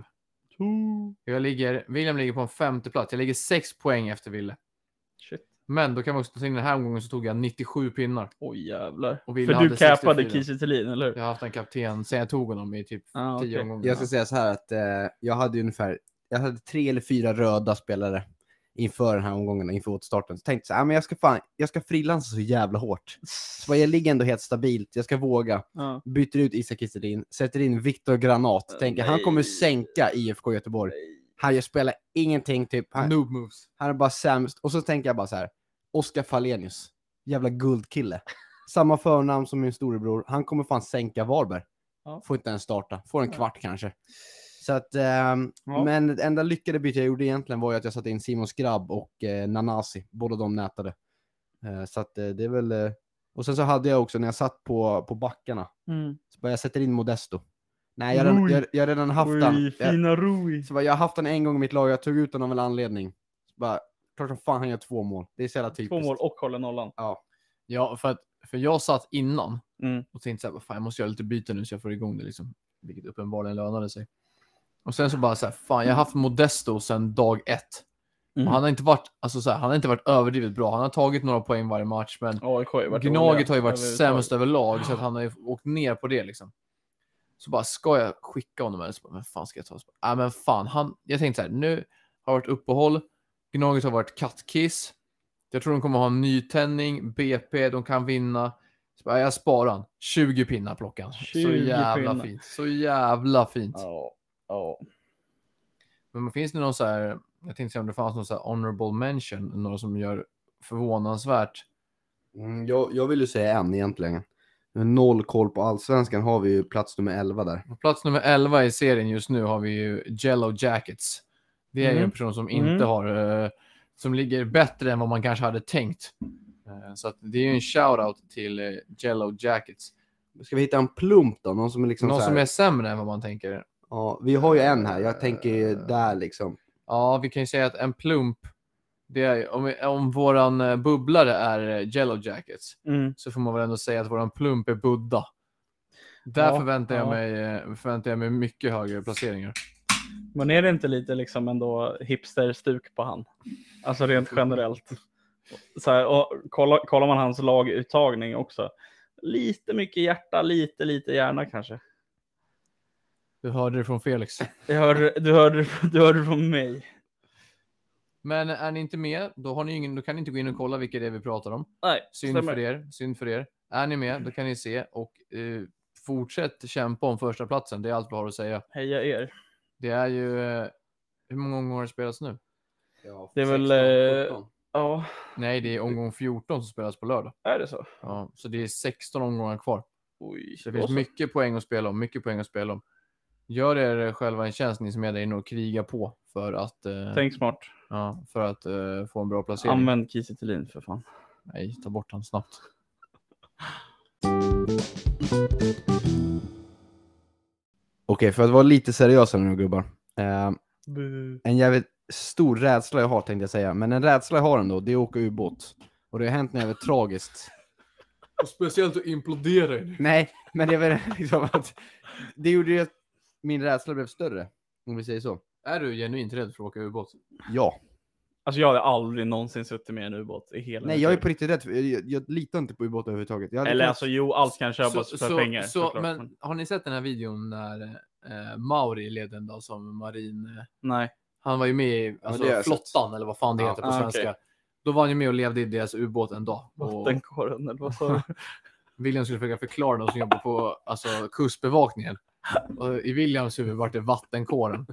Jag ligger, William ligger på en femte plats. Jag ligger sex poäng efter Ville. Shit. Men då kan vi också ta in den här omgången så tog jag nittiosju pinnar. Oj jävlar. Och Ville För du hade capade sextiofyra. Kiese Thelin, eller hur? Jag har haft en kapten sen jag tog honom i typ Ah, tio okej. omgångar. Jag ska säga så här att eh, jag hade ungefär jag hade tre eller fyra röda spelare inför den här omgången, inför återstarten. Så tänkte jag så här, ah, men jag ska fan, jag ska frilansa så jävla hårt. Så bara, jag ligger ändå helt stabilt, jag ska våga. Ja. Byter ut Isak Kiese Thelin, sätter in Viktor Granat. Uh, tänker nej. han kommer sänka I F K Göteborg. Han spelar ingenting typ. Han, Noob moves. han är bara sämst. Och så tänker jag bara så här, Oskar Fallenius, jävla guldkille. Samma förnamn som min storebror. Han kommer fan sänka Varberg. Ja. Får inte ens starta. Får en kvart kanske. Så att, ehm, Ja. men det enda lyckade byte jag gjorde egentligen var ju att jag satte in Simon Skrabb och eh, Nanasi. Båda de nätade. Eh, så att eh, det är väl... Eh, och sen så hade jag också när jag satt på, på backarna. Mm. Så bara jag sätter in Modesto. Nej, jag har redan, jag, jag har redan haft den. Oj, Jag, fina Rui. så bara, jag har haft den en gång i mitt lag. Jag tog ut den av en anledning. Så bara, klart som fan han gör två mål. Det är så jävla typiskt. Två mål och håller nollan. Ja. Ja, för, att, för jag satt innan Mm. och tänkte så här, vad fan, jag måste göra lite byte nu så jag får igång det liksom. Vilket uppenbarligen lönade sig. Och sen så bara så här, fan, jag har haft Modesto sedan dag ett. Mm. Och han har inte varit, alltså så här, han har inte varit överdrivet bra. Han har tagit några poäng varje match, men A I K har ju varit Gnaget har ju dåliga varit överhuvudtaget. sämst överlag, så att han har ju åkt ner på det liksom. Så bara, ska jag skicka honom eller så bara, men fan ska jag ta? Ja, äh, men fan, han, jag tänkte så här, nu har varit uppehåll. Gnaget har varit kattkiss. Jag tror de kommer ha en nytändning, B P, de kan vinna. Så bara, jag sparar han. tjugo pinnar plockan. Så tjugo jävla pinnar. fint. Så jävla fint. Ja. Ja. Men finns det någon så här, jag tänkte se om det fanns någon så här honorable mention, några som gör förvånansvärt. Mm, jag, jag vill ju säga en egentligen. Noll koll på allsvenskan har vi ju plats nummer elva där. På plats nummer elva i serien just nu har vi ju Jello Jackets. Det är ju Mm. en person som inte Mm. har, eh, som ligger bättre än vad man kanske hade tänkt. Eh, så att det är ju en shoutout till eh, Jello Jackets. Ska vi hitta en plump då? Någon som är liksom Någon så här, som är sämre än vad man tänker. Ja, vi har ju en här. Jag tänker ju där liksom. Ja, vi kan ju säga att en plump, det är, om, vi, om våran eh, bubblare är eh, Jello Jackets, Mm. så får man väl ändå säga att våran plump är Buddha. Där Ja, förväntar, jag ja. mig, eh, förväntar jag mig mycket högre placeringar. Men är det inte lite liksom ändå hipster-stuk på han? Alltså rent generellt. Så här, och kollar, kollar man hans laguttagning också. Lite mycket hjärta, lite lite hjärna kanske. Du hörde det från Felix. Jag hörde, du, hörde, du hörde det från mig. Men är ni inte med, då, har ni ingen, då kan ni inte gå in och kolla vilka det är vi pratar om. Nej, Synd stämmer. för er. Synd för er. Är ni med, då kan ni se och eh, fortsätt kämpa om första platsen. Det är allt vi har att säga. Heja er. Det är ju... Eh, hur många gånger har det spelats nu? Ja, Det är väl, sexton, eh, sjutton. Ja, Nej, det är omgång fjorton som spelas på lördag. är det så? Ja, så det är sexton omgångar kvar. Oj, Så det finns mycket poäng att spela om. Mycket poäng att spela om. Gör er själva en tjänst, ni som är där inne, och kriga på för att, eh, Tänk smart. ja, för att eh, få en bra placering. Använd Kiese Thelin för fan. Nej, ta bort han snabbt. Okej, för att vara lite seriösa nu gubbar. Eh, Bu. en jävligt stor rädsla jag har tänkte jag säga. Men en rädsla jag har ändå, det är att åka ubåt. Och det har hänt något jävligt tragiskt. Och speciellt att implodera i. Nej, men det är väl liksom att det gjorde ju att min rädsla blev större. Om vi säger så. Är du genuint rädd för att åka ubåt? Ja. Alltså jag hade aldrig någonsin suttit med i en ubåt i hela Nej, mitt jag är liv. på riktigt rädd. För, jag, jag litar inte på ubåt överhuvudtaget. Jag hade Eller kunnat- alltså jo, allt kan köpas Så- för så- pengar. Så, såklart, men har ni sett den här videon när eh, Mauri led en dag som marin... Eh, Nej. han var ju med i alltså, det har jag flottan, eller vad fan det Ja, heter på ah, svenska. okej. Då var han ju med och levde i deras ubåt en dag. Och Vattenkåren eller vad sa du? William skulle försöka förklara de som jobbar på alltså, kustbevakningen. Och i Williams huvud var det vattenkåren.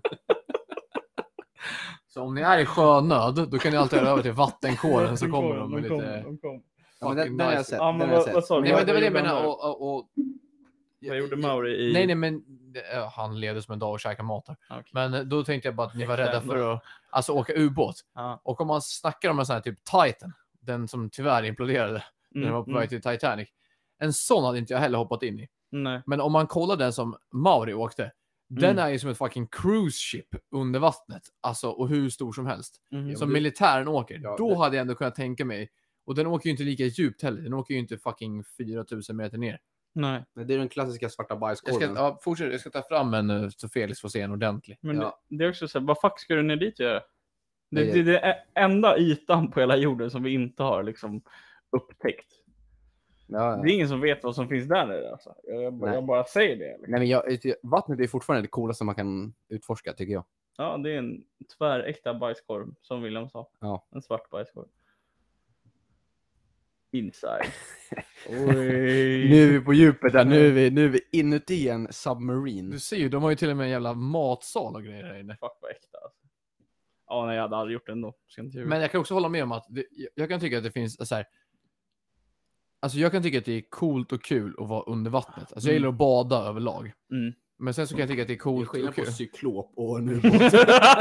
Så om ni är i sjönöd, då kan ni alltid över till vattenkåren, så kommer de med kom, lite... de kom. Ja, men den, fucking den har jag nice. sett. Ja, den men har jag vad, sett. vad sa du? Nej, men det var det jag Vad menar. gjorde Och, och, och... Vad gjorde Mauri i... Nej, nej, men det, ja, han levde som en dag och käkade mat där. Okay. Men då tänkte jag bara att ni var rädda för att alltså, åka ubåt. Ja. Och om man snackar om en sån här typ Titan, den som tyvärr imploderade Mm, när den var på mm. väg till Titanic. En sån hade inte jag heller hoppat in i. Nej. Men om man kollar den som Mauri åkte, den Mm. är ju som ett fucking cruise ship under vattnet. Alltså, och hur stor som helst. Mm. Som det- militären åker. Ja, då det- hade jag ändå kunnat tänka mig. Och den åker ju inte lika djupt heller. Den åker ju inte fucking fyra tusen meter ner. Nej. Men det är den klassiska svarta Jag bajskorven. ska, ja, fortsätt, jag ska ta fram en eh, så Felix får se en ordentlig. Men Ja. det, det är också så här, vad fuck ska du ner dit och göra? Det, Nej, det, det är enda ytan på hela jorden som vi inte har liksom upptäckt. Ja, ja. Det är ingen som vet vad som finns där nere. Alltså. Jag, jag, bara- Nej. jag bara säger det. Liksom. Nej, men jag, vattnet är fortfarande det coolaste man kan utforska, tycker jag. Ja, det är en tväräkta bajskorv som William sa. Ja. En svart bajskorv. Inside. Oj. Nu är vi på djupet där, nu är vi, nu är vi inuti en submarine. Du ser ju, de har ju till och med en jävla matsal och grejer här inne. Fuck vad äkta. Alltså. Ja, nej, jag hade aldrig gjort det ändå. Ska inte ljuga. Men jag kan också hålla med om att det, jag- jag kan tycka att det finns så här. Alltså jag kan tycka att det är coolt och kul att vara under vattnet. Alltså jag Mm. gillar att bada överlag. Mm. Men sen så kan jag tycka att det är Det är coolt skillnad och på kul. cyklop och en ubåt.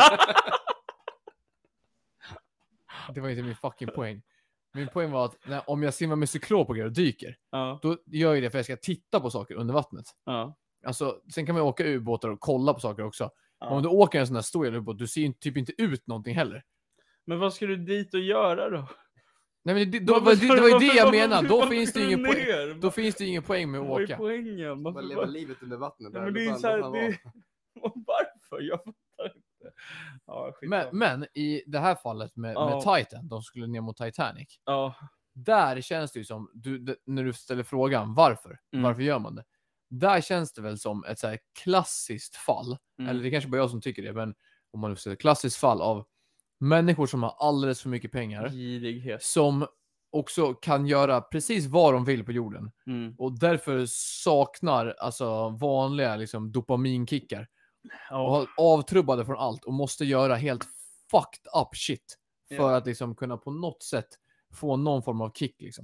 Det var inte min fucking poäng. Min poäng var att när, om jag simmar med cyklop och grejer och dyker, Ja, då gör jag det för att jag ska titta på saker under vattnet. ja. Alltså, sen kan man ju åka ubåtar och kolla på saker också. Men om ja. du åker en sån här stor jävla ubåt, du ser ju typ inte ut någonting heller. Men vad ska du dit och göra då? Nej men det, då, Varför- det, det var ju det jag varför- menade. Då varför finns det ska du ingen poäng. ner? Då finns det ingen poäng med att Vad är åka. poängen? Bara Varför, leva livet under vattnet. ja, där, men det då är fan- så här, då fan det... vara. Varför? Jag fattar inte. Ja, skitsamma. Men, men i det här fallet med, Ja. med Titan, de skulle ner mot Titanic. Ja. Där känns det ju som, du, det, när du ställer frågan varför, Mm. varför gör man det? Där känns det väl som ett så här klassiskt fall, Mm. eller det är kanske bara jag som tycker det, men om man nu säger klassiskt fall av människor som har alldeles för mycket pengar, Girighet. som också kan göra precis vad de vill på jorden Mm. och därför saknar alltså vanliga liksom dopaminkickar och Ja. har avtrubbade från allt och måste göra helt fucked up shit för Ja. att liksom kunna på något sätt få någon form av kick liksom.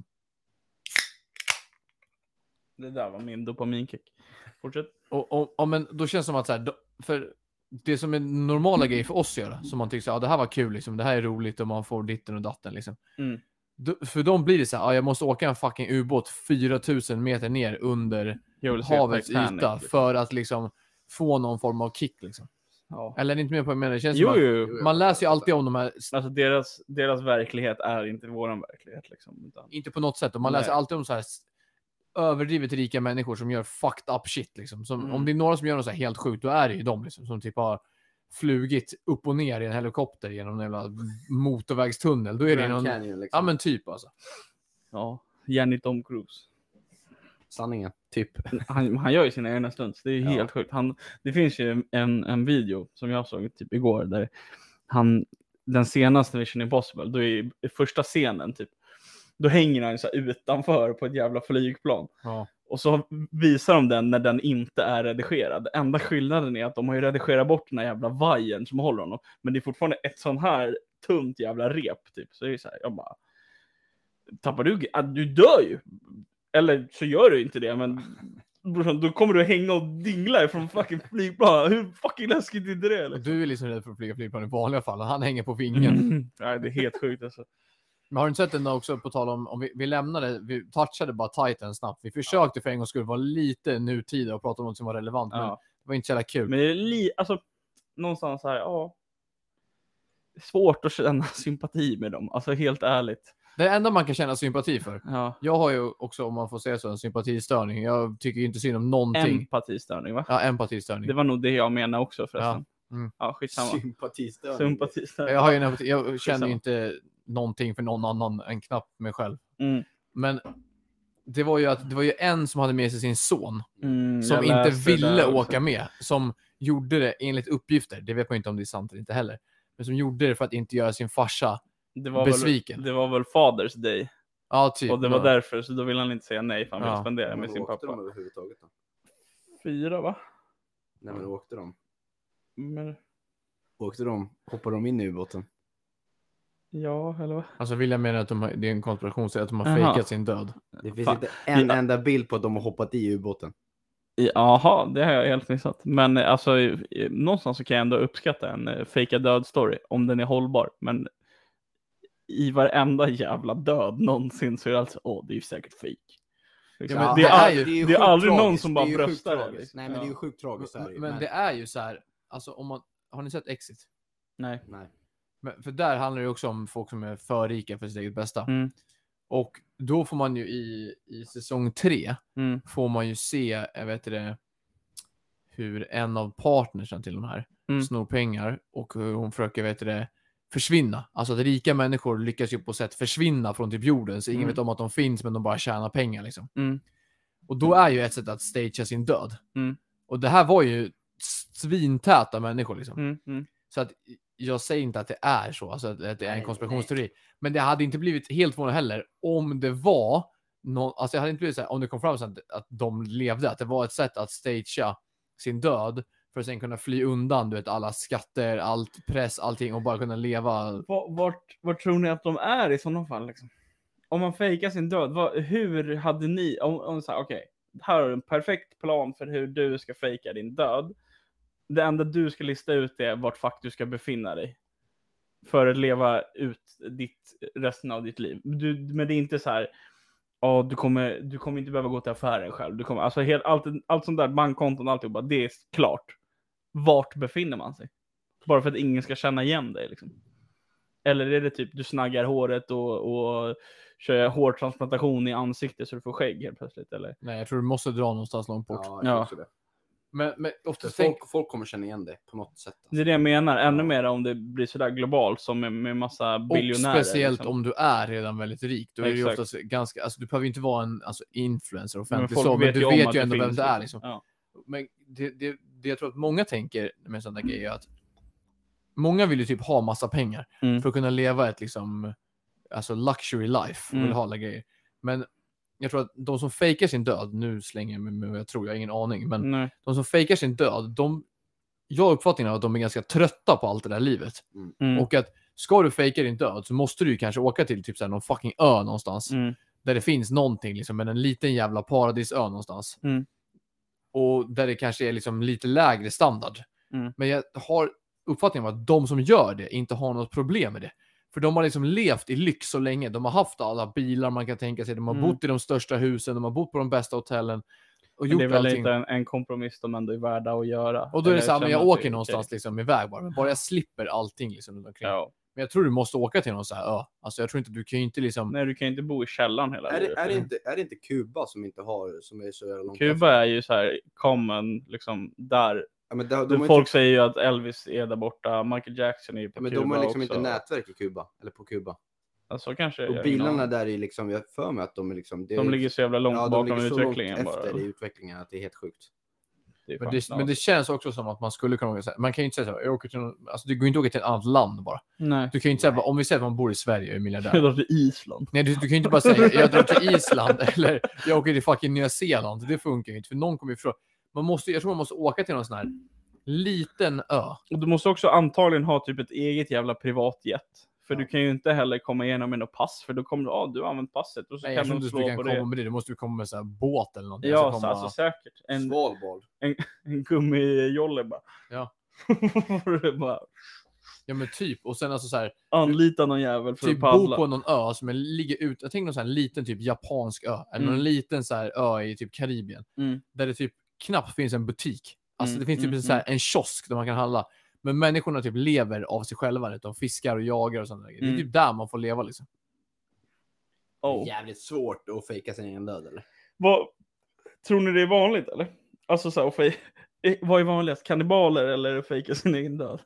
Det där var min dopaminkick. Fortsätt. Och, och, och men då känns det som att så här, då, för det som är normala grejer för oss att göra, som man tycker så här, ja, det här var kul liksom, det här är roligt och man får ditten och datten liksom. Mm. Då, för dem blir det så här, ja, jag måste åka en fucking ubåt fyra tusen meter ner under Jag vill se havets Titanic, yta liksom. för att liksom få någon form av kick liksom. Ja. Eller är ni inte med på vad jag menar? Det känns Jo, som att jo. man läser ju alltid om de här, Alltså deras, deras verklighet är inte våran verklighet liksom. Utan... inte på något sätt, och man Nej. läser alltid om så här s- överdrivet rika människor som gör fucked up shit liksom. Som, Mm. Om det är några som gör något så här helt sjukt, då är det ju de liksom, som typ har flugit upp och ner i en helikopter genom en jävla motorvägstunnel. Då är det Grand någon, Canyon, liksom. ja men typ alltså. Ja, Jenny Tom Cruise. Sanningen, typ. Han, han gör ju sina egna stunts, det är Ja. helt sjukt. Han, det finns ju en, en video som jag såg typ igår där han, den senaste Mission Impossible, då är i första scenen typ, då hänger han så här utanför på ett jävla flygplan. Ja. Och så visar de den när den inte är redigerad. Enda skillnaden är att de har ju redigerat bort den här jävla vajern som håller honom. Men det är fortfarande ett sån här tunt jävla rep typ. Så det är så här, jag bara, tappar du, ah, du dör ju. Eller så gör du inte det, men brorsan, då kommer du hänga och dingla ifrån fucking flygplan. Hur fucking läskigt är inte det? Och Liksom? du är liksom rädd för att flyga flygplan i vanliga fall, och han hänger på vingen. Mm. Nej, det är helt sjukt alltså. Men har du inte sett den också, på tal om, om vi, vi lämnade, vi touchade bara Titan snabbt. Vi försökte för en gångs skull vara lite nutida och prata om något som var relevant, men Ja. det var inte så jävla kul. Men det är li, alltså, någonstans här, ja. Svårt att känna sympati med dem, alltså helt ärligt. Det enda man kan känna sympati för. Ja. Jag har ju också, om man får säga så, en sympatistörning. Jag tycker ju inte synd om någonting. Empatistörning, va? Ja, empatistörning. Det var nog det jag menade också förresten. Ja. Mm. Ja, skitsamma. Sympatistörning. Sympatistörning. Jag, har ju en empati, jag känner Skitsamma. ju inte någonting för någon annan än knappt mig själv. Mm. Men det var ju att det var ju en som hade med sig sin son Mm, som jag inte läste ville där också. åka med, som gjorde det enligt uppgifter. Det vet man inte om det är sant eller inte heller. Men som gjorde det för att inte göra sin farsa Det var besviken. Väl, det var väl Father's Day. Ja, typ. Och det var Ja. därför, så då ville han inte säga nej för han ville Ja. spendera Men med sin åkte pappa. de överhuvudtaget då? Fyra, va? Nej, men åkte de? Men, Åkte de? Hoppade de in i ubåten? ja, eller vad? Alltså vill jag mena att de har, det är en konspiration att de har Jaha. fejkat sin död. Det finns Fan. inte en Ja. enda bild på att de har hoppat i ubåten. Jaha, det har jag helt missat. Men alltså, i- någonstans så kan jag ändå uppskatta en eh, fejka död story om den är hållbar. Men i varenda jävla död någonsin så är det alltså, åh, det är ju säkert fejk. Liksom. men det, det är, är all- ju- det är ju det är sjukt aldrig någon tragiskt. som Det är bara ju sjukt bröstar det. tragiskt. Liksom. Nej, men det är ju Ja. sjukt tragiskt. så är det Men, ju. men det är ju så här, alltså om man, har ni sett Exit? Nej. Nej. Men, för där handlar det också om folk som är för rika för sitt eget bästa. Mm. Och då får man ju i, i säsong tre Mm. får man ju se, jag vet det, hur en av partnersen till de här Mm. snor pengar och hur hon försöker, vet det, försvinna. Alltså att rika människor lyckas ju på sätt försvinna från typ jorden, så ingen Mm. vet om att de finns, men de bara tjänar pengar liksom. Mm. Och då är ju ett sätt att stagea sin död. Mm. Och det här var ju svintäta människor liksom. Mm. Mm. Så att jag säger inte att det är så, alltså att, att det är en Nej, konspirationsteori. Men det hade inte blivit helt förvånande heller om det var någon, alltså jag hade inte blivit så här, om det kom fram så att, att de levde, att det var ett sätt att stagea sin död för att sen kunna fly undan, du vet, alla skatter, allt press, allting och bara kunna leva. Vart, vart, vart tror ni att de är i sådana fall? Liksom? Om man fejkar sin död, vad, hur hade ni, om, om så här, okej, här har du en perfekt plan för hur du ska fejka din död. Det enda du ska lista ut är vart fuck du ska befinna dig. För att leva ut ditt, resten av ditt liv. Du, men det är inte så här, ja, du kommer, du kommer inte behöva gå till affären själv. Du kommer, alltså helt, allt, allt sånt där, bankkonton, alltihopa, det är klart. Vart befinner man sig? Bara för att ingen ska känna igen dig liksom. Eller är det typ, du snaggar håret och, och kör hårtransplantation i ansiktet så du får skägg helt plötsligt, eller? Nej, jag tror du måste dra någonstans långt bort. Ja, jag tror Ja. också det. Men, men ofta För tänk, folk, folk kommer känna igen det på något sätt. Alltså. Det är det jag menar, ännu mer om det blir sådär globalt som med, med massa och biljonärer. speciellt liksom. om du är redan väldigt rik, då är det ju Exakt. oftast ganska, alltså du behöver inte vara en alltså, influencer, Men offentlig folk så, men du om vet att ju ändå vem finns, det är liksom. Ja. Men det, det, det jag tror att många tänker med sådana grejer är att många vill ju typ ha massa pengar Mm. för att kunna leva ett liksom, alltså luxury life, och Mm. vill ha alla grejer. Men jag tror att de som fejkar sin död, nu slänger jag mig med vad jag tror, jag har ingen aning, men Nej. de som fejkar sin död, de, jag har uppfattningen av att de är ganska trötta på allt det där livet. Mm. Och att ska du fejka din död så måste du ju kanske åka till typ såhär någon fucking ö någonstans. Mm. Där det finns någonting liksom, men en liten jävla paradisö någonstans. Mm. Och där det kanske är liksom lite lägre standard. Mm. Men jag har uppfattningen om att de som gör det inte har något problem med det. För de har liksom levt i lyx så länge. De har haft alla bilar man kan tänka sig. De har Mm. bott i de största husen. De har bott på de bästa hotellen. Och Men gjort det är väl allting. inte en, en kompromiss de ändå är värda att göra. Och då är det Eller så här, men känna jag att åker det är någonstans okej. liksom iväg bara. Men bara jag slipper allting liksom runt omkring. Ja. Men jag tror du måste åka till någon så här ö. Alltså jag tror inte, du kan ju inte liksom... Nej, du kan ju inte bo i källaren hela Är det, livet. är, det inte, är det inte Kuba som inte har, som är så jävla långt Kuba är ju så här common, liksom där. Ja, men de, de, De har folk inte, säger ju att Elvis är där borta, Michael Jackson är ju på ja, men Kuba de har liksom också. inte nätverk i Kuba, eller på Kuba. Alltså kanske. Och jag har bilarna ingen aning. där är liksom, jag har för mig att de är liksom... Det De är, ligger så jävla långt ja, de bakom ligger så utvecklingen långt bara. efter i utvecklingen att det är helt sjukt. Det är Men fan det, knasigt. men det känns också som att man skulle kunna åka så här. Man kan ju inte säga så här, jag åker till någon, alltså det går inte att åka till ett annat land bara. Nej. Du kan ju inte säga, bara, om vi säger att man bor i Sverige och är miljardär. Jag drar till Island. Nej, du, du kan ju inte bara säga, jag drar till Island eller jag åker till fucking Nya Zeeland. Det funkar ju inte, för någon kommer ifrån. Man måste, jag tror man måste åka till någon sån här liten ö. Och du måste också antagligen ha typ ett eget jävla privatjet. För Ja. du kan ju inte heller komma igenom med något pass. För då kommer du, ja ah, du har använt passet. Och så Nej, jag kan tror de inte att du slå kan på komma det. med det. Du måste ju komma med så här båt eller någonting. Ja, Alltså så, komma- alltså säkert. En, Svalbard. en gummijolle bara. Ja. Det bara Ja men typ, och sen alltså så här, anlita någon jävel för typ att bo paddla. på någon ö som är, ligger ut, jag tänker någon sån här liten typ japansk ö, eller Mm. någon liten så här ö i typ Karibien, Mm. där det typ knappt finns en butik. Alltså Mm, det finns typ mm, en, så här, en kiosk där man kan handla. Men människorna typ lever av sig själva, de fiskar och jagar och sånt där. Det är Mm. typ där man får leva liksom. Oh. Jävligt svårt att fejka sin egen död eller? Vad, tror ni det är vanligt eller? Alltså så här, fej, vad är vanligast? Kannibaler eller fejka sin egen död?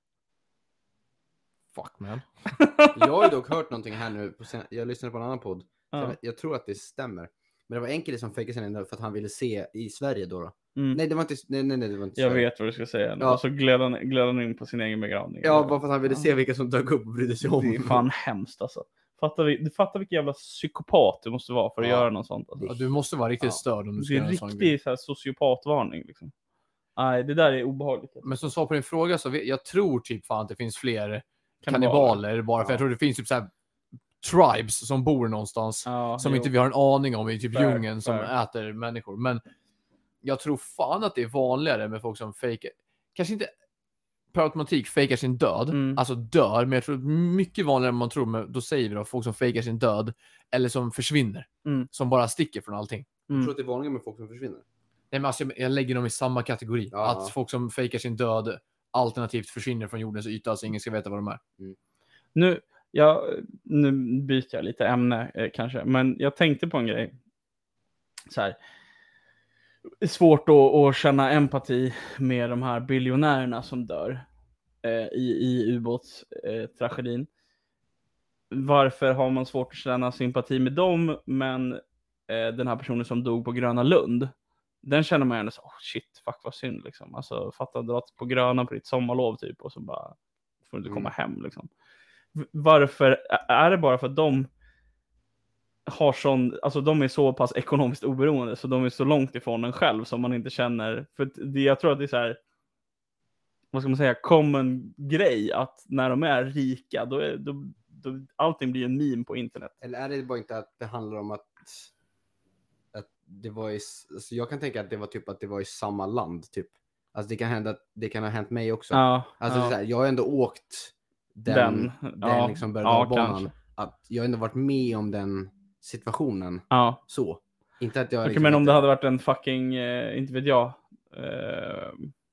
Fuck man. Jag har ju dock hört någonting här nu, på sen, jag lyssnade på en annan podd. Så Ja. jag, jag tror att det stämmer. Men det var en kille som fejkade sin egen död för att han ville se i Sverige då. då. Mm. Nej, det var inte, nej, nej, nej, det var inte Jag Sverige. vet vad du ska säga. Ja. Och så gled han, gled han in på sin egen begravning. Ja, bara för att han ville se vilka som dök upp och brydde sig om. Det är fan hemskt alltså. Fattar vi, du fattar vilken jävla psykopat du måste vara för att Ja. göra något sånt. Alltså. Ja, du måste vara riktigt Ja. störd om du ska Det är göra en sån grej. riktig så här, sociopatvarning liksom. Nej, det där är obehagligt. Men som svar på din fråga så vet, jag tror typ fan att det finns fler Kannibaler. kannibaler bara för Ja. jag tror det finns typ så här tribes som bor någonstans Ja, som jo. inte vi har en aning om i typ Fair, djungeln som fair. äter människor. Men jag tror fan att det är vanligare med folk som fejkar, kanske inte per automatik fejkar sin död, Mm. alltså dör, men jag tror mycket vanligare än man tror, men då säger vi då folk som fejkar sin död eller som försvinner, Mm. som bara sticker från allting. Jag Mm. tror att det är vanligare med folk som försvinner. Nej, men alltså, jag, jag lägger dem i samma kategori. Ja. Att folk som fejkar sin död alternativt försvinner från jordens yta, så ingen ska veta vad de är. Nu, ja, nu byter jag lite ämne eh, kanske, men jag tänkte på en grej. Så här. Det är svårt att, att känna empati med de här biljonärerna som dör eh, i, i ubåtstragedin. Varför har man svårt att känna sympati med dem, men eh, den här personen som dog på Gröna Lund, den känner man ändå så, oh shit, fuck vad synd liksom. Alltså fatta dra på Gröna på ditt sommarlov typ, och så bara får du inte komma Mm. hem liksom. Varför är det bara för att de har sån, alltså de är så pass ekonomiskt oberoende, så de är så långt ifrån en själv som man inte känner, för det, jag tror att det är så här, vad ska man säga, common grej att när de är rika, då är då, då, allting blir en meme på internet. Eller är det bara inte att det handlar om att, att det var i, alltså jag kan tänka att det var typ att det var i samma land typ. Alltså det kan hända att det kan ha hänt mig också. Ja, Alltså ja. det är så här, jag har ändå åkt den, Den, den, ja, liksom berg- ja, och dalbanan. kanske. Att jag har ändå varit med om den situationen Ja. så. Inte att jag Okej, liksom men om inte- det hade varit en fucking, eh, inte vet jag, eh,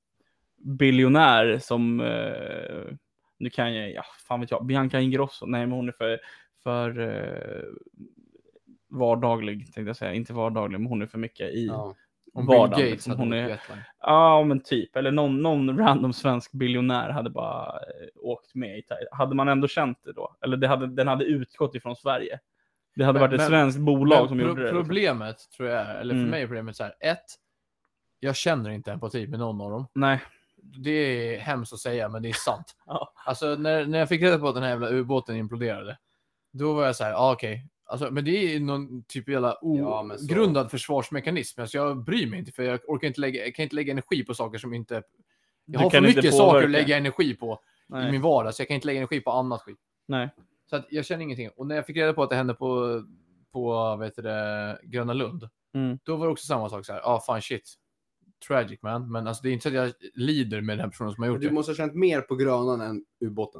biljonär som, eh, nu kan jag, ja, fan vet jag, Bianca Ingrosso, nej men hon är för, för eh, vardaglig, tänkte jag säga, inte vardaglig, men hon är för mycket i Ja. Om Bill vardagen. Gates Liksom. hade Hon varit är, Jetline. ja men typ, eller någon, någon random svensk biljonär hade bara eh, åkt med i Thailand. Hade man ändå känt det då? Eller det hade, den hade utgått ifrån Sverige. Det hade Men- varit ett men- svenskt bolag Men som pro- gjorde det. Liksom. Problemet tror jag är, eller för Mm. mig är problemet så här. Ett, jag känner inte empati med någon av dem. Nej. Det är hemskt att säga, men det är sant. Ja. Alltså när, när jag fick reda på att den här jävla ubåten imploderade, då var jag så här, ah, okej. Okay. Alltså, men det är någon typ jävla Ja, men så- ogrundad försvarsmekanism. Alltså, jag bryr mig inte, för jag orkar inte lägga, jag kan inte lägga energi på saker som inte... Jag Du har för kan inte mycket saker påverka. att lägga energi på i Nej. min vardag, så jag kan inte lägga energi på annat skit. Nej. Så att jag känner ingenting. Och när jag fick reda på att det hände på, på vad heter det, Gröna Lund, Mm. då var det också samma sak så här, ah fan shit. Tragic man, men alltså det är inte så att jag lider med den här personen som har gjort Du det. måste ha känt mer på Grönan än ubåten.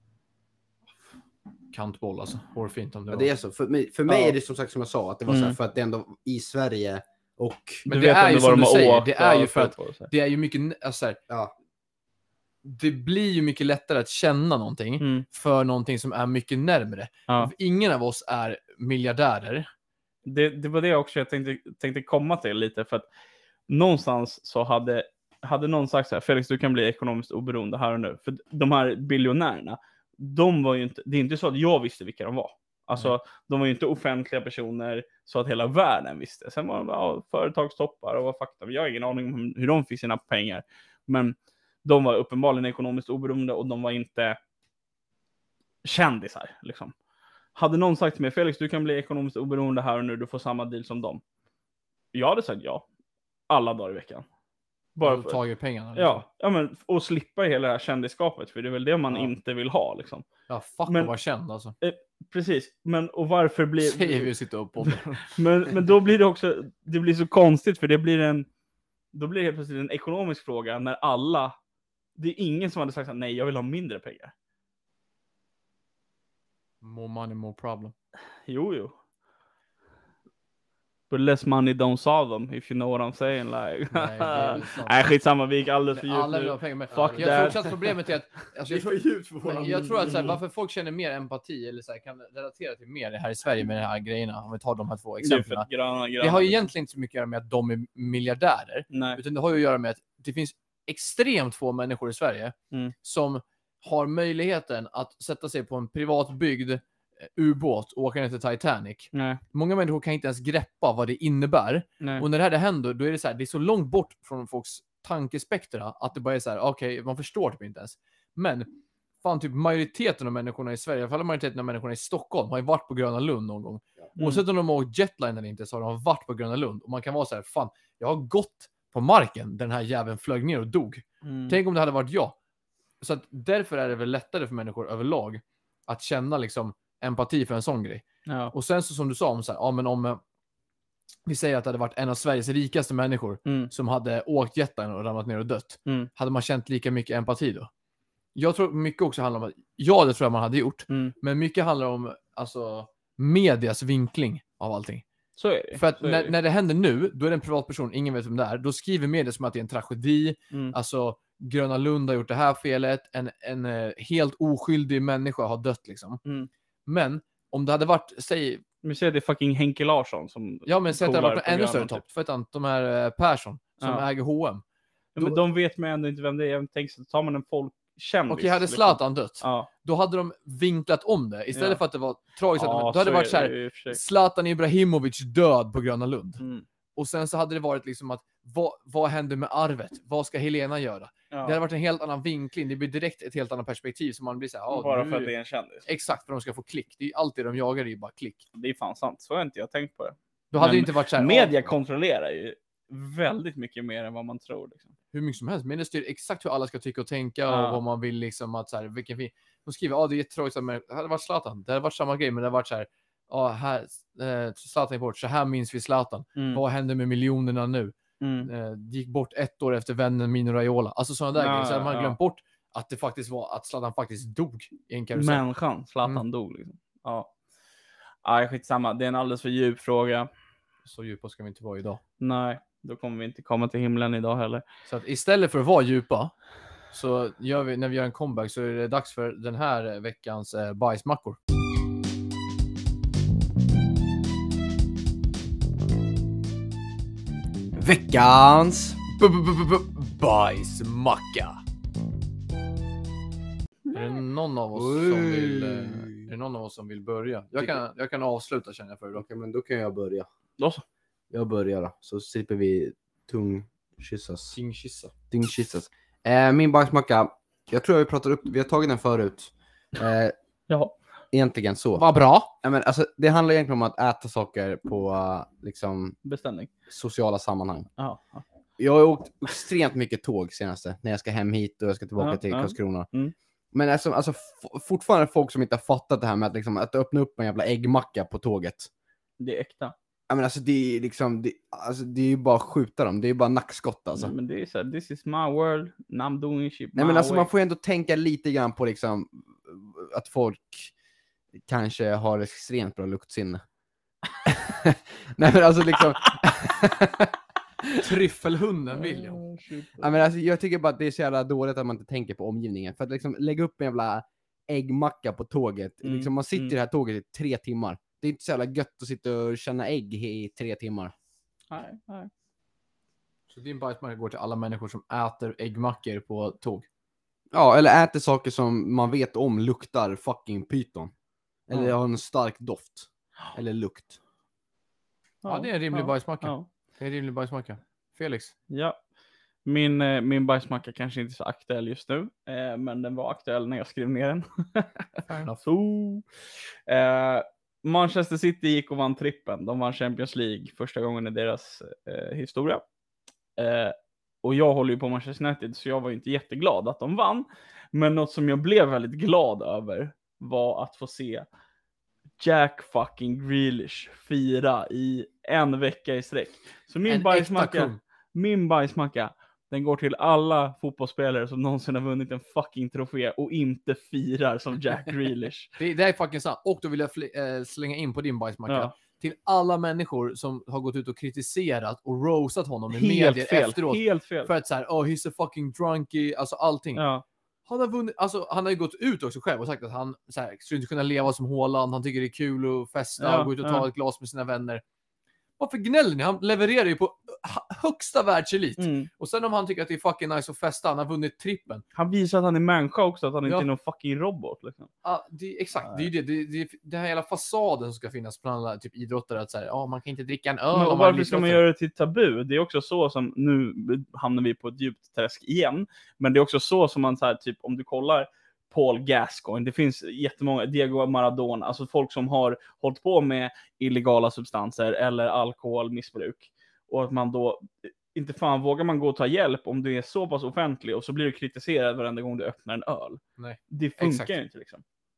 Kantboll alltså, hårfint om det Ja, var. det är så. För mig, för mig Ja. är det som sagt som jag sa, att det var så här Mm. för att det ändå i Sverige och Men Du det vet är ändå ju vad som de du har säger, åkt det är ju och för att på och så här. det är ju mycket, alltså här, ja, det blir ju mycket lättare att känna någonting Mm. för någonting som är mycket närmare. Ja. Ingen av oss är miljardärer. Det, det var det också jag tänkte, tänkte komma till lite, för att någonstans så hade, hade någon sagt så här, Felix, du kan bli ekonomiskt oberoende här och nu. För de här biljonärerna, de var ju inte, det är inte så att jag visste vilka de var. Alltså, Nej. de var ju inte offentliga personer så att hela världen visste. Sen var de bara ja, företagstoppar och vad fakta. Jag har ingen aning om hur de fick sina pengar. Men de var uppenbarligen ekonomiskt oberoende och de var inte kändisar, liksom. Hade någon sagt till mig, Felix, du kan bli ekonomiskt oberoende här och nu, du får samma deal som dem. Jag hade sagt ja. Alla dagar i veckan. Bara Bara för, tagit pengarna. liksom. ja, ja, men och slippa hela det här kändisskapet, för det är väl det man Ja. inte vill ha, liksom. Ja, fuck Men- att vara känd alltså. Precis, men och varför blir... Säger vi och sitter upp och Men, men då blir det också, det blir så konstigt, för det blir en, då blir det helt plötsligt en ekonomisk fråga när alla, det är ingen som hade sagt att nej, jag vill ha mindre pengar. more money, more problem. Jo, jo. But less money don't solve them, if you know what I'm saying. Like. Nej, det är väl sant. Nej, skitsamma, vi gick alldeles för Men djupt alla vill nu. ha pengar. Men Fuck jag tror that. också att problemet är att alltså, jag, tror, djupt för men jag tror att så här, varför folk känner mer empati eller så här, kan relatera till mer här i Sverige med de här grejerna, om vi tar de här två Det är för exemplen. att gröna, gröna. Det har ju egentligen inte så mycket att göra med att de är miljardärer, Nej. utan det har ju att göra med att det finns extremt få människor i Sverige Mm. som har möjligheten att sätta sig på en privatbyggd eh, ubåt och åka ner till Titanic. Nej. Många människor kan inte ens greppa vad det innebär. Nej. Och när det här händer, då är det så här, det är så långt bort från folks tankespektra att det bara är så här, okej, man förstår typ inte ens. Men fan, typ majoriteten av människorna i Sverige, i alla fall majoriteten av människorna i Stockholm, har ju varit på Gröna Lund någon gång. Mm. Oavsett om de har åkt jetline eller inte, så har de varit på Gröna Lund. Och man kan vara så här, fan, jag har gått på marken, den här jäveln flög ner och dog. Mm. Tänk om det hade varit jag. Så att därför är det väl lättare för människor överlag att känna liksom empati för en sån grej. Ja. Och sen så som du sa om så här, ja men om vi säger att det hade varit en av Sveriges rikaste människor Mm. som hade åkt jätten och ramlat ner och dött. Mm. Hade man känt lika mycket empati då? Jag tror mycket också handlar om att, ja det tror jag man hade gjort, Mm. men mycket handlar om alltså medias vinkling av allting. Så är det. För att Så är när, det. när det händer nu, då är det en privatperson, ingen vet vem det är, då skriver media som att det är en tragedi, Mm. alltså Gröna Lund har gjort det här felet, en, en eh, helt oskyldig människa har dött liksom. Mm. Men om det hade varit, säg, Vi säger att det är fucking Henke Larsson som ja men säg att det hade coolar varit en ännu program, större typ. topp, för att de här eh, Persson som Ja. äger H och M. Ja, men Då- de vet man ändå inte vem det är. Jag tänker så tar man en folkkändis. Okej, hade liksom. Zlatan dött, Ja. då hade de vinklat om det. Istället Ja. för att det var tragiskt, att de, Ja, då hade det varit är så här, det i och för sig. Zlatan Ibrahimovic död på Gröna Lund. Mm. Och sen så hade det varit liksom att, vad, vad händer med arvet? Vad ska Helena göra? Ja. Det hade varit en helt annan vinkling. Det blir direkt ett helt annat perspektiv. Så man blir så här, ja, Bara nu... för att det är en kändis. Exakt, för att de ska få klick. Det är alltid de jagar, det är ju bara klick. Det är fan sant. Så har inte jag tänkt på det. Då hade Men det inte varit så här, Media ja, kontrollerar ju väldigt mycket mer än vad man tror. Liksom. hur mycket som helst. Men det styr exakt hur alla ska tycka och tänka Ja. och vad man vill liksom att så här, vilken fin... De skriver, ja det är jättetråkigt, men det hade varit Zlatan. Det hade varit samma grej, men det hade varit så här, ja här, eh, Zlatan är bort, så här minns vi Zlatan. Mm. Vad händer med miljonerna nu? Mm. Eh, det gick bort ett år efter vännen Mino Raiola. Alltså sådana där Ja, grejer. Så hade man ja. glömt bort att det faktiskt var att Zlatan faktiskt dog i en karusell. Människan, Zlatan Mm. dog liksom. Ja. Nej, skitsamma. Det är en alldeles för djup fråga. Så djupa ska vi inte vara idag. Nej, då kommer vi inte komma till himlen idag heller. Så att istället för att vara djupa, så gör vi, när vi gör en comeback, så är det dags för den här veckans eh, bajsmackor. Veckans Bajsmacka. Är det någon av oss som vill, eh, är det någon av oss som vill börja? Jag kan, jag kan avsluta, känner jag för idag. Okej, men då kan jag börja. Då så. Jag börjar då, så slipper vi tungkyssas. Tingkissa. Tungkyssas. Eh, min bajsmacka, jag tror jag vi pratat upp, vi har tagit den förut. Eh, Jaha. egentligen så. Vad bra. Ja, men, alltså, det handlar egentligen om att äta saker på uh, liksom, Beställning. sociala sammanhang. Ja. Jag har åkt extremt mycket tåg senaste, när jag ska hem hit och jag ska tillbaka Ja, till ja. Karlskrona. Mm. Men alltså, alltså f- fortfarande folk som inte har fattat det här med att, liksom, att öppna upp en jävla äggmacka på tåget. Det är äkta. Ja, men alltså det är liksom, det, alltså, det är ju bara att skjuta dem, det är bara nackskott alltså. Nej, men det är så här, this is my world, and I'm doing shit Nej my men alltså way. man får ju ändå tänka lite grann på liksom att folk kanske har extremt bra luktsinne. Nej men alltså liksom Tryffelhunden William. ja, men alltså, jag tycker bara att det är så jävla dåligt att man inte tänker på omgivningen. För att liksom lägga upp en jävla äggmacka på tåget. Mm, Liksom, man sitter mm. i det här tåget i tre timmar. Det är inte så jävla gött att sitta och känna ägg i tre timmar. Nej, nej. Så din bajsmacka går till alla människor som äter äggmackor på tåg. Ja, eller äter saker som man vet om luktar fucking pyton. Eller Ja. har en stark doft. Eller lukt. Ja, det är en rimlig bajsmacka. Ja. Det är en rimlig bajsmacka. Felix. Ja. Min, eh, min bajsmacka kanske inte är så aktuell just nu, eh, men den var aktuell när jag skrev ner den. Fair enough. Så, eh, Manchester City gick och vann trippen. De vann Champions League första gången i deras eh, historia. Eh, och jag håller ju på Manchester United, så jag var ju inte jätteglad att de vann. Men något som jag blev väldigt glad över var att få se Jack fucking Grealish fira i en vecka i sträck. Så min En äkta bajsmacka, kung. min bajsmacka, den går till alla fotbollsspelare som någonsin har vunnit en fucking trofé och inte firar som Jack Grealish. Det, det är fucking sant. Och då vill jag fl- äh, slänga in på din bajsmacka. Ja. Till alla människor som har gått ut och kritiserat och roastat honom i Helt medier fel, efteråt. helt fel. För att så här, oh he's a fucking drunkie, alltså allting. Ja. Han har vunnit, alltså han har ju gått ut också själv och sagt att han så här, skulle inte kunna leva som Haaland, han tycker det är kul att festa Ja, och gå ut och ja. ta ett glas med sina vänner. Varför gnäller ni? Han levererar ju på h- högsta världselit. Mm. Och sen om han tycker att det är fucking nice att festa, han har vunnit trippen. Han visar att han är människa också, att han Ja. inte är någon fucking robot. Liksom. Ja, det, exakt, det är ju det. Det, det. det här hela fasaden som ska finnas bland alla typ idrottare, att så här, ja, man kan inte dricka en öl. Men, om och man är varför ska man elitidrottare. göra det till tabu? Det är också så som, nu hamnar vi på ett djupt träsk igen, men det är också så som man så här, typ om du kollar Paul Gascoigne, det finns jättemånga, Diego Maradona, alltså folk som har hållit på med illegala substanser eller alkoholmissbruk, och att man då inte fan vågar man gå och ta hjälp om du är så pass offentlig och så blir du kritiserad varenda gång du öppnar en öl. Nej. Det funkar Exakt. ju inte liksom.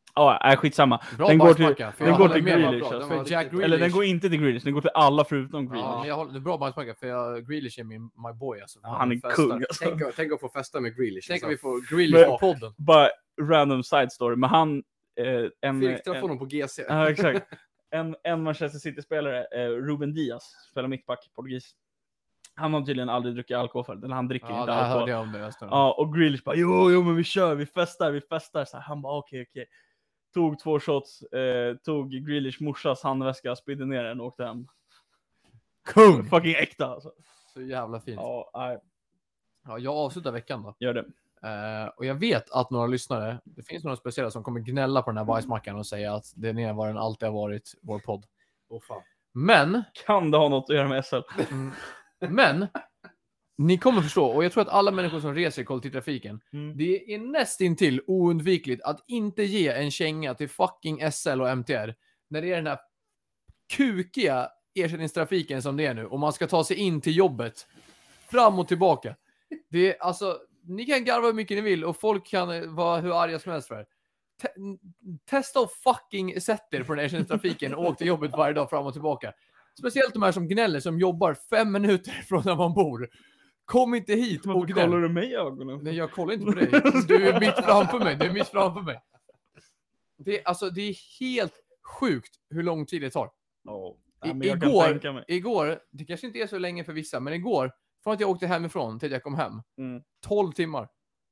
Ja, är skitsamma. Bra Den går till, bajsmacka, för den jag går håller till med, vad Grealish. bra. Alltså. För Jack Eller den Grealish. går inte till Grealish, den går till alla förutom Ja, Grealish. men jag håller, det är bra bajsmacka, för jag, Grealish är min my boy alltså. Ja, han är festar. kung alltså. Tänk, att- tänk att få festa med Grealish. Tänk om alltså. vi får Grealish på podden. Bara random side story, men han... Eh, en, Felix träffade en, honom på G C. ja, exakt. En, en Manchester City-spelare, eh, Ruben Diaz, spelar mittback, portugis. Han har tydligen aldrig druckit alkohol för eller han dricker Ja, inte det här alkohol. hörde jag om det. Jag står. Ja, och Grealish bara, jo, jo, men vi kör, vi festar, vi festar. Så här, han bara, okej, okej. Tog två shots, eh, tog Grealish morsas handväska, spydde ner den och åkte hem. Kung! Fucking äkta alltså. Så jävla fint. Ja, nej, Ja, jag avslutar veckan då. gör det. Eh, och jag vet att några lyssnare, det finns några speciella som kommer gnälla på den här bajsmackan och säga att den är vad den alltid har varit, vår podd. Åh fan. Men, Kan det ha något att göra med S L? mm, men, ni kommer förstå, och jag tror att alla människor som reser i kollektivtrafiken, Mm. det är nästintill oundvikligt att inte ge en känga till fucking S L och M T R när det är den här kukiga ersättningstrafiken som det är nu och man ska ta sig in till jobbet fram och tillbaka. Det är alltså, ni kan garva hur mycket ni vill och folk kan vara hur arga som helst för det. Te- testa och fucking sätt er på den ersättningstrafiken och åk till jobbet varje dag fram och tillbaka. Speciellt de här som gnäller som jobbar fem minuter från där man bor. Kom inte hit och Varför gnäll. kollar du mig i ögonen? Nej, jag kollar inte på dig. Du är mitt framför mig. Du är mitt framför mig. Det är, alltså, det är helt sjukt hur lång tid det tar. Ja, I, men jag kan tänka igår, mig. igår, det kanske inte är så länge för vissa, men igår, från att jag åkte hemifrån till att jag kom hem, Mm. tolv timmar.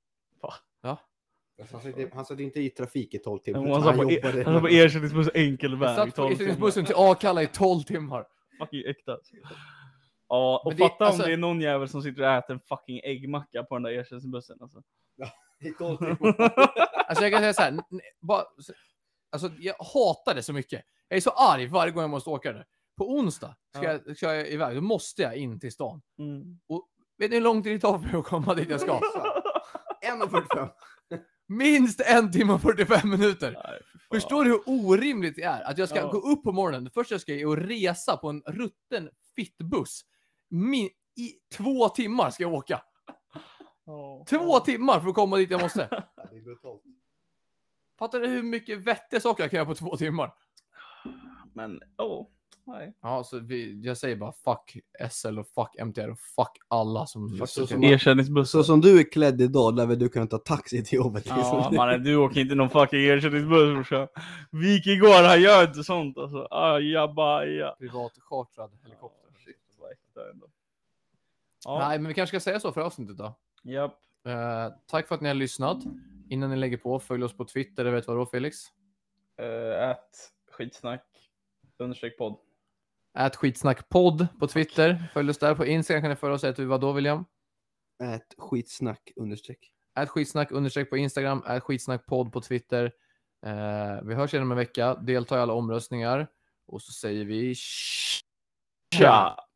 Han satt, han satt inte i trafik i tolv timmar. Han utan sa på, jobbade. han sa på ersättningsbuss enkel Jag väg. satt på tolv timmar. ersättningsbussen till Akalla i tolv timmar. Fucking äkta. Ja, och Men det- fatta alltså- om det är någon jävel som sitter och äter en fucking äggmacka på den där ersättningsbussen. Alltså. I tolv timmar. Alltså jag kan säga så här, n- n- bara, alltså jag hatar det så mycket. Jag är så arg varje gång jag måste åka där. På onsdag ska, Ja. jag, ska jag iväg, då måste jag in till stan. Mm. Vet ni hur lång tid det tar för mig att komma dit jag ska? en och fyrtiofem. Minst en timme och fyrtiofem minuter. Nej, fy fan. Förstår du hur orimligt det är? Att jag ska Ja. gå upp på morgonen, det första jag ska göra är att resa på en rutten fittbuss. Min, I två timmar ska jag åka. Ja. Två timmar för att komma dit jag måste. Ja, det är brutalt. Fattar du hur mycket vettiga saker jag kan göra på två timmar? Men, åh, nej. Ja, så vi, jag säger bara fuck S L och fuck M T R och fuck alla som... Fast så som- Ersättningsbuss. Så som du är klädd idag lär väl du kunna ta taxi till jobbet? Ja, mannen, du åker inte någon fucking ersättningsbuss, brorsan. Vik igår, han gör inte sånt alltså. Ajabaja. Privat chartrad helikopter. Vad äkta ändå. Ja, Nej, men vi kanske ska säga så för avsnittet då. japp. Eh, tack för att ni har lyssnat. Innan ni lägger på, följ oss på Twitter, det vet vad då Felix? Uh, ät skitsnack. Understreck podd. Ät skitsnackpodd på Twitter. Följ oss där på Instagram, kan ni följa oss. Ät vad då William? Ät skitsnack understreck. Ät skitsnack understreck på Instagram. Ät skitsnackpodd på Twitter. Eh, vi hörs igen om en vecka. Delta i alla omröstningar. Och så säger vi... Tja!